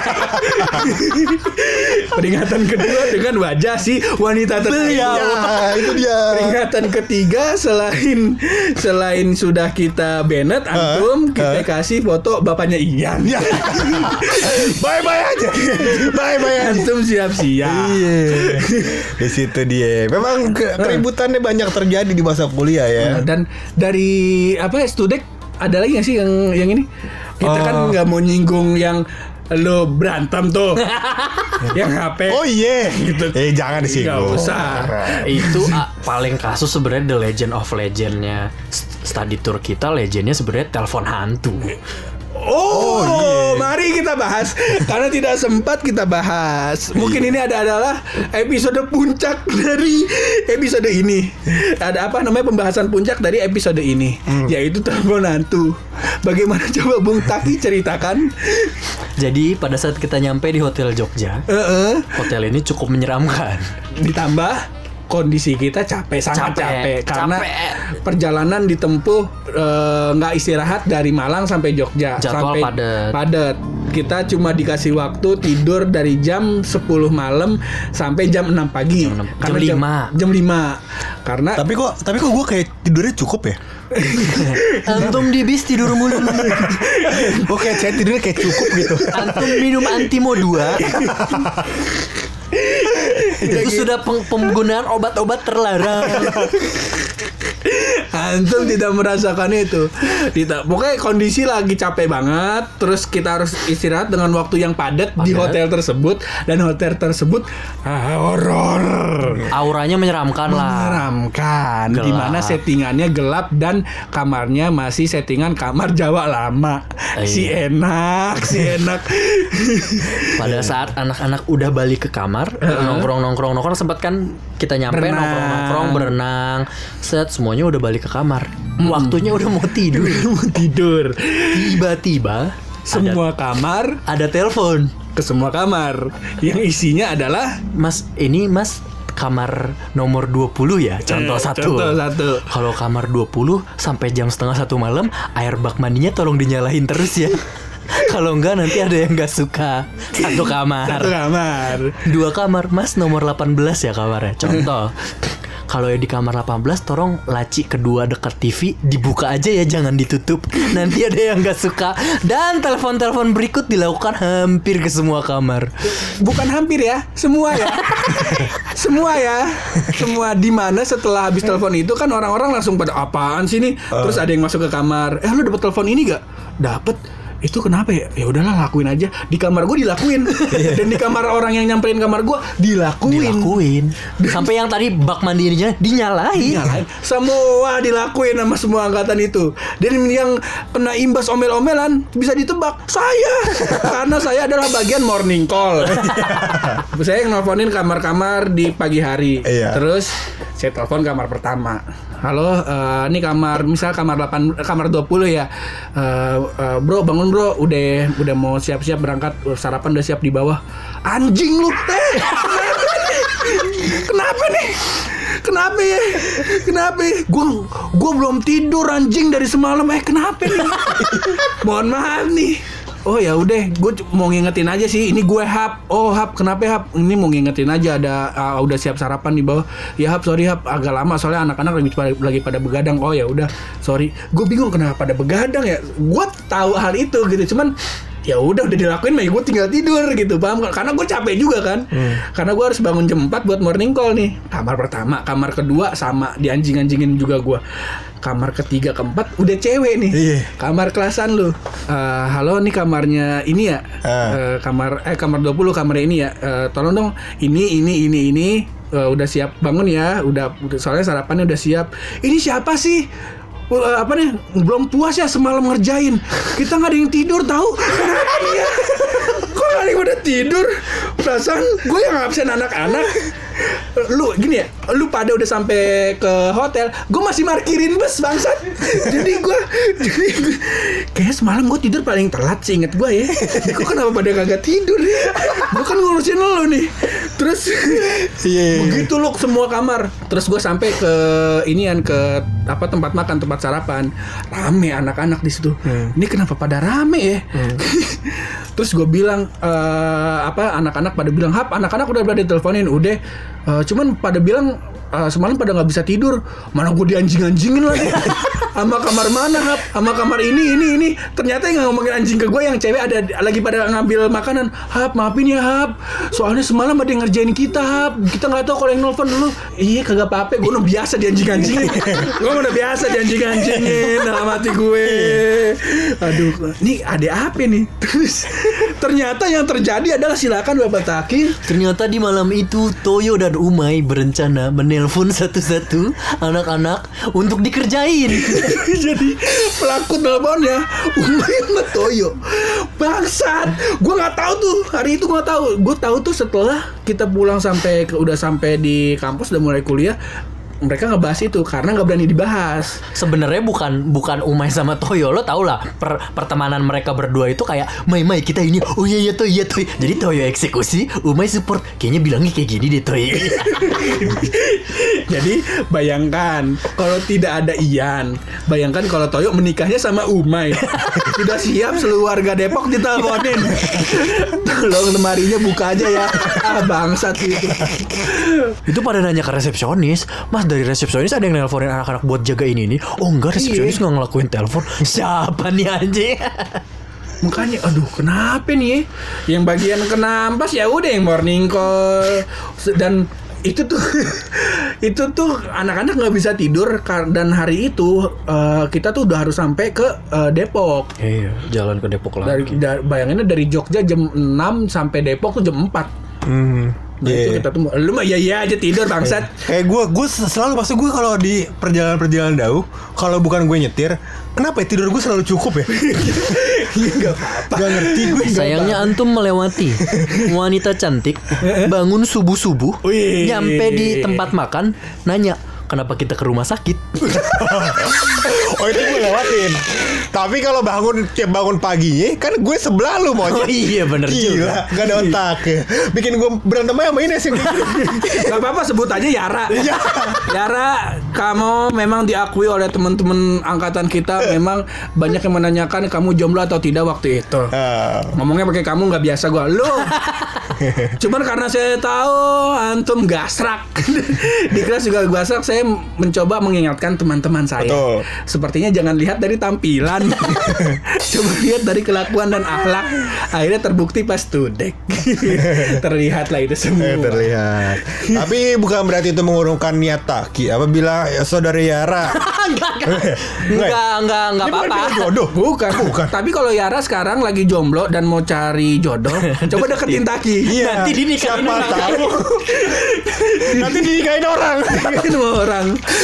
Peringatan kedua dengan wajah si wanita tertua. Iya, itu dia. Peringatan ketiga selain selain sudah kita banned antum, kita Huh? kasih foto bapaknya Ian. Iya. Bye-bye aja. Bye-bye aja. Antum siap-siap. Iya. Di situ dia. Memang ke- keributannya banyak terjadi di masa kuliah ya. Nah, dan dari apa ya Studek ada lagi nggak sih yang yang ini? Kita Oh. kan nggak mau nyinggung yang lo berantem tuh, yang H P. Oh iya. Gitu. Eh jangan Nggak disinggung. usah. Itu ah, paling kasus sebenarnya The Legend of Legendnya study tour kita, legendnya sebenarnya telepon hantu. Oh, iya. mari kita bahas karena tidak sempat kita bahas. Mungkin ini ada adalah episode puncak dari episode ini. Ada apa namanya pembahasan puncak dari episode ini, yaitu telepon hantu. Bagaimana coba Bung Taki ceritakan? Jadi pada saat kita nyampe di Hotel Jogja, Heeh. hotel ini cukup menyeramkan. Ditambah kondisi kita capek, sangat Capek, capek, karena capek. perjalanan ditempuh eh, nggak istirahat dari Malang sampai Jogja. Jadwal sampai padat. padat. Kita cuma dikasih waktu tidur dari jam sepuluh malam sampai jam enam pagi. Jam enam. Karena Jam lima. Jam lima. Karena Tapi kok tapi kok gue kayak tidurnya cukup ya? Antum di bis tidur mulu. Gue kayak saya tidurnya kayak cukup gitu. Antum minum Antimo dua. Itu sudah peng- penggunaan obat-obat terlarang. Antum tidak merasakan itu. Tidak. Pokoknya kondisi lagi capek banget. Terus kita harus istirahat dengan waktu yang padat di Padat. hotel tersebut. Dan hotel tersebut ah, horor. Auranya menyeramkan lah. Menyeramkan. Gelap. Dimana settingannya gelap dan kamarnya masih settingan kamar Jawa lama. Iya. Si enak, si enak. Pada saat anak-anak udah balik ke kamar, nongkrong nongkrong nongkrong sempat kan kita nyampe Berenang. nongkrong nongkrong berenang, set semuanya udah balik ke kamar. Waktunya udah mau tidur. Mau tidur. Tiba-tiba Semua kamar ada telepon. ke semua kamar yang isinya adalah Mas, ini Mas kamar nomor dua puluh ya, contoh Eh, satu. contoh satu. Kalau kamar dua puluh sampai jam setengah satu malam, air bak mandinya tolong dinyalain terus ya. Kalau enggak nanti ada yang enggak suka. Satu kamar. satu kamar. Dua kamar, Mas nomor delapan belas ya kamarnya. Contoh. Kalau yang di kamar delapan belas, tolong laci kedua dekat T V dibuka aja ya, jangan ditutup. Nanti ada yang nggak suka. Dan telepon-telepon berikut dilakukan hampir ke semua kamar. Bukan hampir ya, semua ya. Semua ya. Semua di mana setelah habis telepon itu kan orang-orang langsung pada apaan sih nih? Terus ada yang masuk ke kamar. Eh, lu dapat telepon ini gak? Dapet. Itu kenapa ya? Ya udahlah, lakuin aja. Di kamar gue dilakuin. Dan di kamar orang yang nyamperin kamar gue dilakuin. Dilakuin. Sampai yang tadi bak mandinya dinyalain. Nyalain. Semua dilakuin sama semua angkatan itu. Dan yang kena imbas omel-omelan bisa ditebak saya. Karena saya adalah bagian morning call. Saya yang nelfonin kamar-kamar di pagi hari. Iya. Terus saya telepon kamar pertama. Halo, eh, ini kamar misal kamar delapan, kamar dua puluh ya. Eh, eh, bro, bangun bro, udah udah mau siap-siap berangkat, sarapan udah siap di bawah. Anjing lu teh. Kenapa nih? Kenapa ya? Kenapa ya? Gua gua belum tidur anjing dari semalam. Eh kenapa nih? Mohon maaf nih. Oh ya udah, gue mau ngingetin aja sih. Ini gue Hap. Oh Hap, kenapa Hap? Ini mau ngingetin aja, ada uh, udah siap sarapan di bawah. Ya Hap, sorry Hap, agak lama soalnya anak-anak lagi pada, lagi pada begadang. Oh ya udah, sorry. Gue bingung kenapa pada begadang ya. Gue tahu hal itu gitu, cuman ya udah udah dilakuin, mah gue tinggal tidur gitu, paham? Karena gue capek juga kan. Hmm. Karena gue harus bangun jam empat buat morning call nih. Kamar pertama, kamar kedua sama dianjing-anjingin juga gue. Kamar ketiga, keempat udah cewek nih. Iya. Kamar kelasan lu. Uh, halo nih kamarnya ini ya. Ah. Uh, kamar eh kamar dua puluh kamarnya ini ya. Uh, tolong dong ini ini ini ini uh, udah siap bangun ya. Udah, udah soalnya sarapannya udah siap. Ini siapa sih? Uh, apa nih? Belum puas ya semalam ngerjain. Kita nggak ada yang tidur tahu. Iya. Kok nggak ada yang udah tidur? Perasaan gue yang absen anak-anak. Lu gini ya, lu pada udah sampai ke hotel, gue masih markirin bus bangsat. Jadi gue, jadi gue, kayaknya semalam gue tidur paling telat sih, inget gue ya. Gue kenapa pada kagak tidur ya? Gue kan ngurusin lu nih. Terus, Iya. begitu lu semua kamar. Terus gue sampai ke inian ke apa tempat makan, tempat sarapan. Rame anak-anak di situ. Hmm. Ini kenapa pada rame ya? Hmm. Terus gue bilang uh, apa anak-anak pada bilang, Hap, anak-anak udah pada diteleponin, udah. Uh, cuman pada bilang uh, semalam pada nggak bisa tidur, mana gue dianjing-anjingin lagi. Sama kamar mana Hap, sama kamar ini ini ini. Ternyata yang ngomongin anjing ke gue yang cewek ada lagi pada ngambil makanan. Hap, maafin ya Hap, soalnya semalam ada yang ngerjain kita Hap, kita nggak tahu kalau yang nelfon dulu. Iya kagak apa-apa, gue udah biasa dianjing-anjingin. Gue udah biasa dianjing-anjingin dalam hati gue. Aduh, ini ada apa nih? Terus ternyata yang terjadi adalah, silakan Bapak Taki. Ternyata di malam itu Toyo dan Umay berencana menelpon satu-satu anak-anak untuk dikerjain. Jadi pelaku teleponnya Umay sama Toyo. Bangsat. Gue nggak tahu tuh hari itu, gue tahu. Gue tahu tuh setelah kita pulang sampai ke, udah sampai di kampus, udah mulai kuliah. Mereka ngebahas itu karena nggak berani dibahas. Sebenarnya bukan bukan Umay sama Toyo, lo tau lah per, pertemanan mereka berdua itu kayak Mai Mai kita ini, oh iya iya Toy iya Toy. Jadi Toyo eksekusi, Umay support. Kayaknya bilangnya kayak gini deh Toy. Jadi bayangkan kalau tidak ada Ian, bayangkan kalau Toyo menikahnya sama Umay. Sudah siap seluruh warga Depok diteleponin. Tolong lemarinya buka aja ya. Ah bangsat itu. Itu pada nanya ke resepsionis, Mas dari resepsionis ada yang nelponin anak-anak buat jaga ini nih. Oh enggak, resepsionis nggak ngelakuin telepon. Siapa nih anjing? Makanya aduh kenapa nih yang bagian kenampas ya udah yang morning call dan itu tuh itu tuh anak-anak nggak bisa tidur dan hari itu uh, kita tuh udah harus sampai ke uh, Depok. Iya, jalan ke Depok Dari lagi. da, bayanginnya dari Jogja jam enam sampai Depok tuh jam empat. Hmm. Nah Yeah. itu kita tuh lu mah ya ya aja tidur bangsat. Kayak gue, gue selalu pasti gue kalau di perjalanan-perjalanan jauh, kalau bukan gue nyetir, kenapa ya tidur gue selalu cukup ya? Gak apa-apa. Gak ngerti gue. Sayangnya antum melewati wanita cantik bangun subuh-subuh, Wih. nyampe di tempat makan, nanya kenapa kita ke rumah sakit. Oh itu gue lewatin. Tapi kalau bangun tiap bangun paginya, kan gue sebelah lu maunya. Oh iya bener juga. Gila, gak ada otak ya. Bikin gue berantem aja sama Ines yang Gak apa-apa sebut aja Yara. Yara, kamu memang diakui oleh teman-teman angkatan kita. Memang banyak yang menanyakan kamu jomblo atau tidak waktu itu. Ah. Ngomongnya pakai kamu nggak biasa gua. Lu. Cuman karena saya tahu antum gasrak. Di kelas juga gasrak, saya mencoba mengingatkan teman-teman saya. Betul. Sepertinya jangan lihat dari tampilan. Coba lihat dari kelakuan dan akhlak. Akhirnya terbukti pas tudek. Terlihatlah itu semua. Eh, terlihat. Tapi bukan berarti itu mengurungkan niat Taki. Apabila ya, saudara Yara Enggak, enggak. Enggak, enggak, enggak Ini bukan apa-apa. pilihan jodoh. Bukan, bukan. Tapi kalau Yara sekarang lagi jomblo dan mau cari jodoh, coba deketin Taki. Iya. Nanti dinikahin Siapa orang. tahu. Nanti dinikahin orang. Semua orang.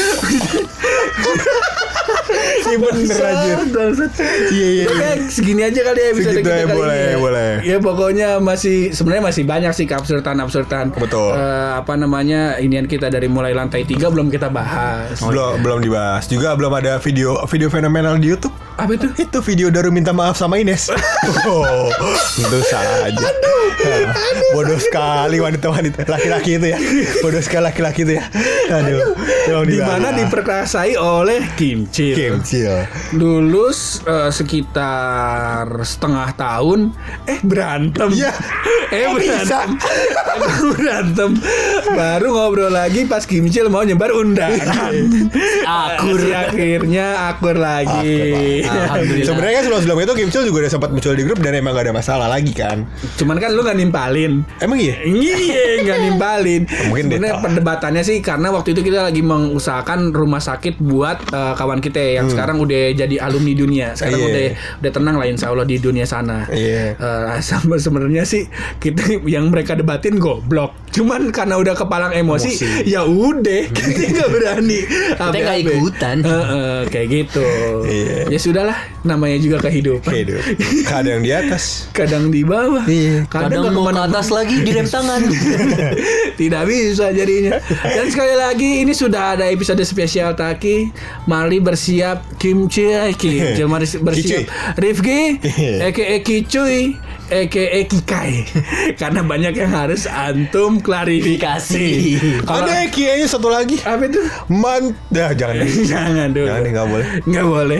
Iya bener aja. Iya iya. Oke, segini aja kali ya episode Segitu kita aja, kali boleh, ini. ya. boleh. Ya pokoknya masih sebenarnya masih banyak sih keabsurdan-absurdan. Betul. Eh, apa namanya inian kita dari mulai lantai tiga belum kita bahas. belum belum dibahas. Juga belum ada video video fenomenal di YouTube. Apa itu? Itu video Daru minta maaf sama Ines. Oh, tentu saja. Aduh, bodoh sekali wanita-wanita laki-laki itu ya. Bodoh sekali laki-laki itu ya. Aduh, belum Di dibahas. mana diperkasai oleh Kimchi. Kimcil. Lulus eh, sekitar setengah tahun, eh berantem. Iya. Eh Kok bisa? berantem. berantem. Baru ngobrol lagi pas Kimcil mau nyebar undangan. Akur. Si akhirnya akur lagi. Alhamdulillah. Sebenarnya kan sebelum-sebelum itu Kimcil juga udah sempat muncul di grup dan emang gak ada masalah lagi kan. Cuman kan lu gak nimpalin. Emang iya? Iya, nggak nimpalin. Mungkin dia Sebenarnya tahu. perdebatannya sih karena waktu itu kita lagi mengusahakan rumah sakit buat eh, kawan kita yang sekarang udah jadi alumni dunia. Sekarang Iya. udah udah tenang lah insya Allah di dunia sana. Iya. Eh, sama sebenarnya sih kita yang mereka debatin goblok. Cuman karena udah kepalang emosi, Emosi. ya udah kita nggak berani. Kita nggak ikutan. Eh, eh, kayak gitu. Iya. Ya sudahlah, namanya juga kehidupan. Hidup. Kadang di atas. Kadang di bawah. Iya. Kadang nggak mau ke kemana-mana. atas lagi direm tangan. Tidak bisa jadinya. Dan sekali lagi ini sudah ada episode spesial Taki. Mari bersiap Kimchi, eh, Kimchi mari bersiap Rifki, aka Kicuy, aka Kikai. Karena banyak yang harus antum klarifikasi. Kalau Ada kayaknya satu lagi. Apa itu? Man, dah jangan deh. Jangan dulu. Jangan deh, nggak boleh. Nggak boleh.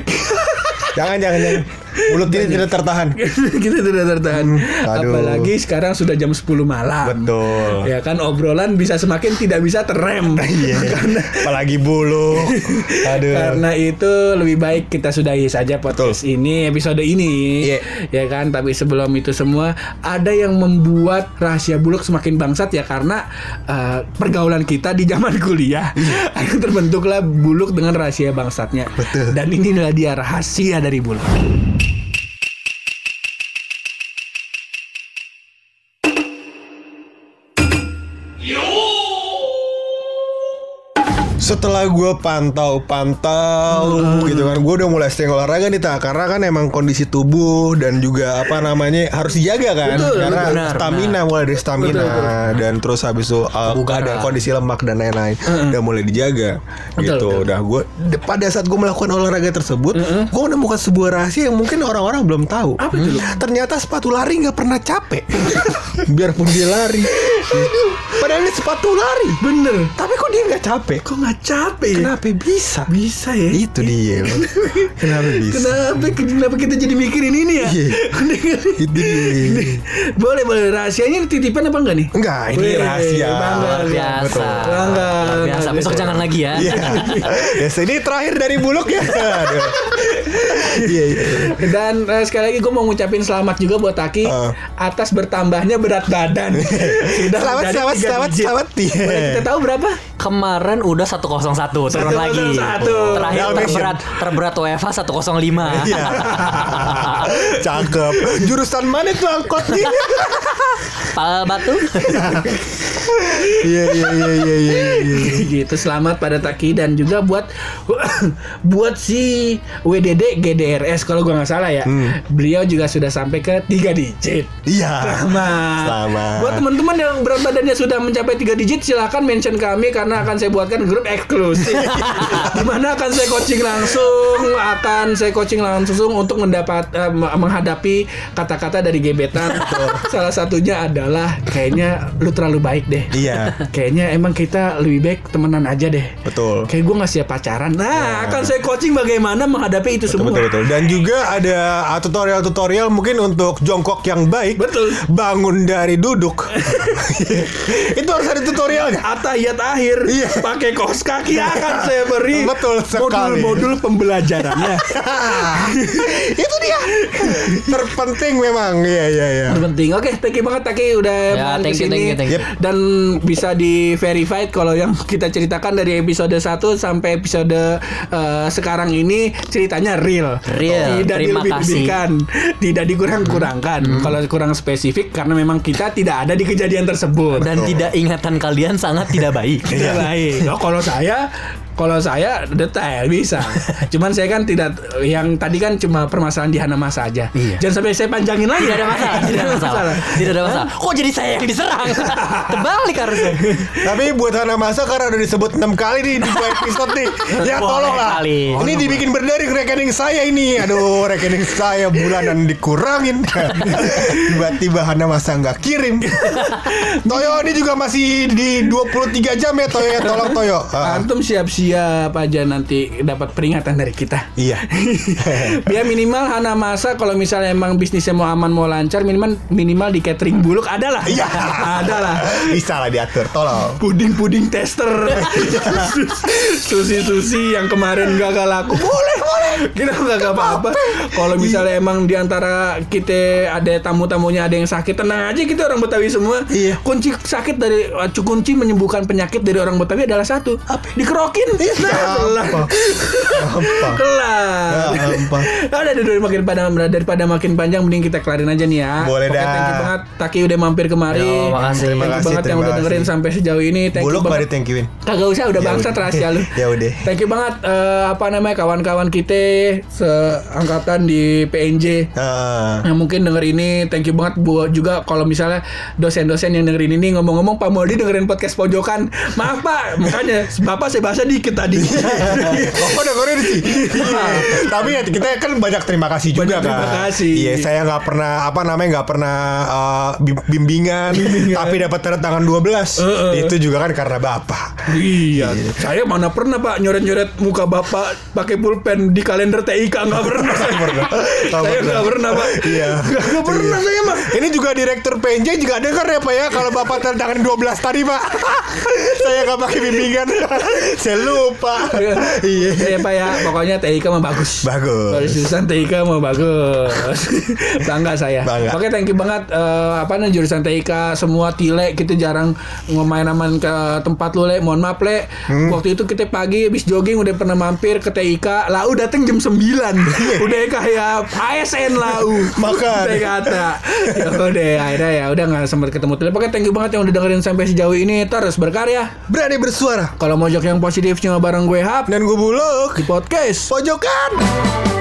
Jangan jangan jangan. Mulut ini tidak tertahan. Kita tidak tertahan. aduh. Apalagi sekarang sudah jam sepuluh malam. Betul. Ya kan obrolan bisa semakin tidak bisa terrem. Iya. Apalagi bulu. Aduh. Karena itu lebih baik kita sudahi saja podcast ini, episode ini. Iya. Ya kan, tapi sebelum itu semua ada yang membuat rahasia buluk semakin bangsat ya karena uh, pergaulan kita di zaman kuliah. Akhirnya terbentuklah buluk dengan rahasia bangsatnya. Betul. Dan inilah dia rahasia dari buluk. Setelah gue pantau-pantau gitu kan, gue udah mulai sering olahraga nih tak, karena kan emang kondisi tubuh dan juga apa namanya harus dijaga kan, Betul, karena benar, stamina mulai dari stamina Betul, betul. dan terus habis itu uh, Kebugaran. ada kondisi lemak dan lain-lain udah mulai dijaga Betul, gitu. betul. Udah gue pada saat gue melakukan olahraga tersebut, gue menemukan sebuah rahasia yang mungkin orang-orang belum tahu. Apa itu, Lu? Ternyata sepatu lari nggak pernah capek, biarpun dia lari. Padahal ini sepatu lari. Bener. Tapi kok dia nggak capek. Kok nggak capek? Kenapa bisa? Bisa ya. Itu dia loh. Kenapa bisa? Kenapa kenapa kita jadi mikirin ini ya? Iya. Itu dia. Boleh boleh rahasianya titipan apa enggak nih? Enggak, ini Wih, rahasia. bangga. Luar biasa. Betul. Bangga. Luar biasa. Besok jangan lagi ya. Iya. Ya, ini terakhir dari Buluk ya. Aduh. Iya, iya. Dan uh, sekali lagi gue mau ngucapin selamat juga buat Taki Uh. atas bertambahnya berat badan. Sudah Selamat, menjadi selamat, tiga selamat, digit. selamat. Iya. Boleh kita tahu berapa? Kemarin udah seratus satu turun lagi. seratus satu. Terakhir Dalmatian. terberat terberat W F H seratus lima. Iya. Cakep. Jurusan mana tuh angkot nih? Pal Batu. Iya, iya, iya, iya, iya. Gitu, selamat pada Taki dan juga buat buat si W D D G D R S kalau gua nggak salah ya. Hmm. Beliau juga sudah sampai ke tiga digit. Iya. Selamat. Selamat. Buat teman-teman yang berat badannya sudah mencapai tiga digit, silahkan mention kami karena akan saya buatkan grup eksklusif. Di mana akan saya coaching langsung, akan saya coaching langsung untuk mendapat eh, menghadapi kata-kata dari gebetan. Salah satunya adalah kayaknya lu terlalu baik deh. Iya. Kayaknya emang kita lebih baik temenan aja deh. Betul. Kayak gue nggak siap pacaran. Nah, akan saya coaching bagaimana menghadapi itu semua. Betul, betul. Dan juga ada uh, tutorial-tutorial mungkin untuk jongkok yang baik. Betul. Bangun dari duduk. Itu harus ada tutorialnya. Atahiyat akhir Iya. pakai kaos kaki akan saya beri Betul sekali. modul-modul pembelajarannya. Itu dia. Terpenting memang. Iya, iya, iya. Penting. Oke, thank you banget Taki udah Ya, main thank you, kesini. thank you, thank you. Yep. Dan bisa di verified kalau yang kita ceritakan dari episode satu sampai episode uh, sekarang ini ceritanya real. Real. Tidak Terima dilebih-lebihkan, tidak dikurang-kurangkan. Hmm. Kalau kurang spesifik karena memang kita tidak ada di kejadian tersebut. Dan tidak ingatan kalian sangat tidak baik. Tidak baik. Oh, kalau saya kalau saya detail bisa. Cuman saya kan tidak, yang tadi kan cuma permasalahan di Hanamasa aja. Iya. Jangan sampai saya panjangin lagi. Tidak ada masalah, tidak ada masalah. Tidak ada masalah. Kok jadi saya yang diserang? Terbalik harusnya. Tapi buat Hanamasa karena udah disebut enam kali nih di dua episode nih. Ya Boleh tolong lah. kali. Ini dibikin berdari rekening saya ini. Aduh, rekening saya bulanan dikurangin. Tiba-tiba Hanamasa nggak kirim. Toyo ini juga masih di dua puluh tiga jam ya Toyo ya. Tolong Toyo. Ah. Antum siap-siap aja nanti dapat peringatan dari kita. Iya. Biar minimal Hanamasa kalau misalnya emang bisnisnya mau aman mau lancar, minimal minimal di catering Buluk adalah. Iya. Adalah. Bisa lah diatur. Tolong. Puding-puding tester. Susi-susi yang kemarin gagal laku. Boleh, boleh. Kita nggak apa-apa. Kalau misalnya emang diantara kita ada tamu-tamunya ada yang sakit, tenang aja, kita orang Betawi semua. Iya. Kunci sakit dari kunci menyembuhkan penyakit dari orang Betawi adalah satu. Dikerokin. Nah, kelar. Gampang. Kelar. Gampang. Udah dulu makin pada daripada makin panjang, mending kita kelarin aja nih ya. Boleh Oke, dah. thank you banget Taki udah mampir kemari. Yo, makasih. Thank you Terima kasih, banget yang terima udah dengerin kasih. sampai sejauh ini. Thank Buluk you mari banget. thank you-in. Kagak usah, udah Ya bangsat udah. rahasia lu. Ya udah. Thank you banget eh, apa namanya kawan-kawan kita seangkatan di P N J. Ah. Yang mungkin denger ini, thank you banget buat juga kalau misalnya dosen-dosen yang dengerin ini. Ngomong-ngomong Pak Moldi dengerin podcast pojokan. Maaf Pak, makanya Bapak saya bahasa dikit tadi. Oh, dengerin sih. Tapi ya kita kan banyak terima kasih juga Banyak terima kan. kasih. Iya, saya nggak pernah apa namanya nggak pernah uh, bim- bimbingan, tapi dapat tanda tangan dua belas. Uh, uh. Itu juga kan karena Bapak. Iya, saya mana pernah Pak nyoret-nyoret muka Bapak pakai pulpen di kalender T I K, nggak pernah. Saya pernah. Nggak Saya pernah. nggak pernah Pak. Iya. Nggak pernah Iya. saya Pak. Ini juga direktur P N J juga dengar ya Pak ya kalau Bapak tanda tangan dua belas tadi Pak. Saya nggak pakai bimbingan. Saya lupa. Iya. Iya Pak ya, pokoknya T I K mah bagus. Bagus. Kalau jurusan T I K mah bagus. Bangga saya. Bangga. Oke, thank you banget. Eh, apa nih jurusan T I K semua Tile, kita jarang ngemain-main ke tempat lu Le. Mohon maaf Le. Hmm. Waktu itu kita pagi habis jogging udah pernah mampir ke T I K. Lau dateng jam sembilan. Udah kayak A S N lau. Makan. Udah kata. Ya udah akhirnya ya udah enggak sempat ketemu Tile. Pokoknya thank you banget yang udah dengerin sampai sejauh ini. Terus berkarya. Berani bersuara. Kalau mojok yang positif cuma bareng gue Hap Dan gue Buluk di podcast Pojokan.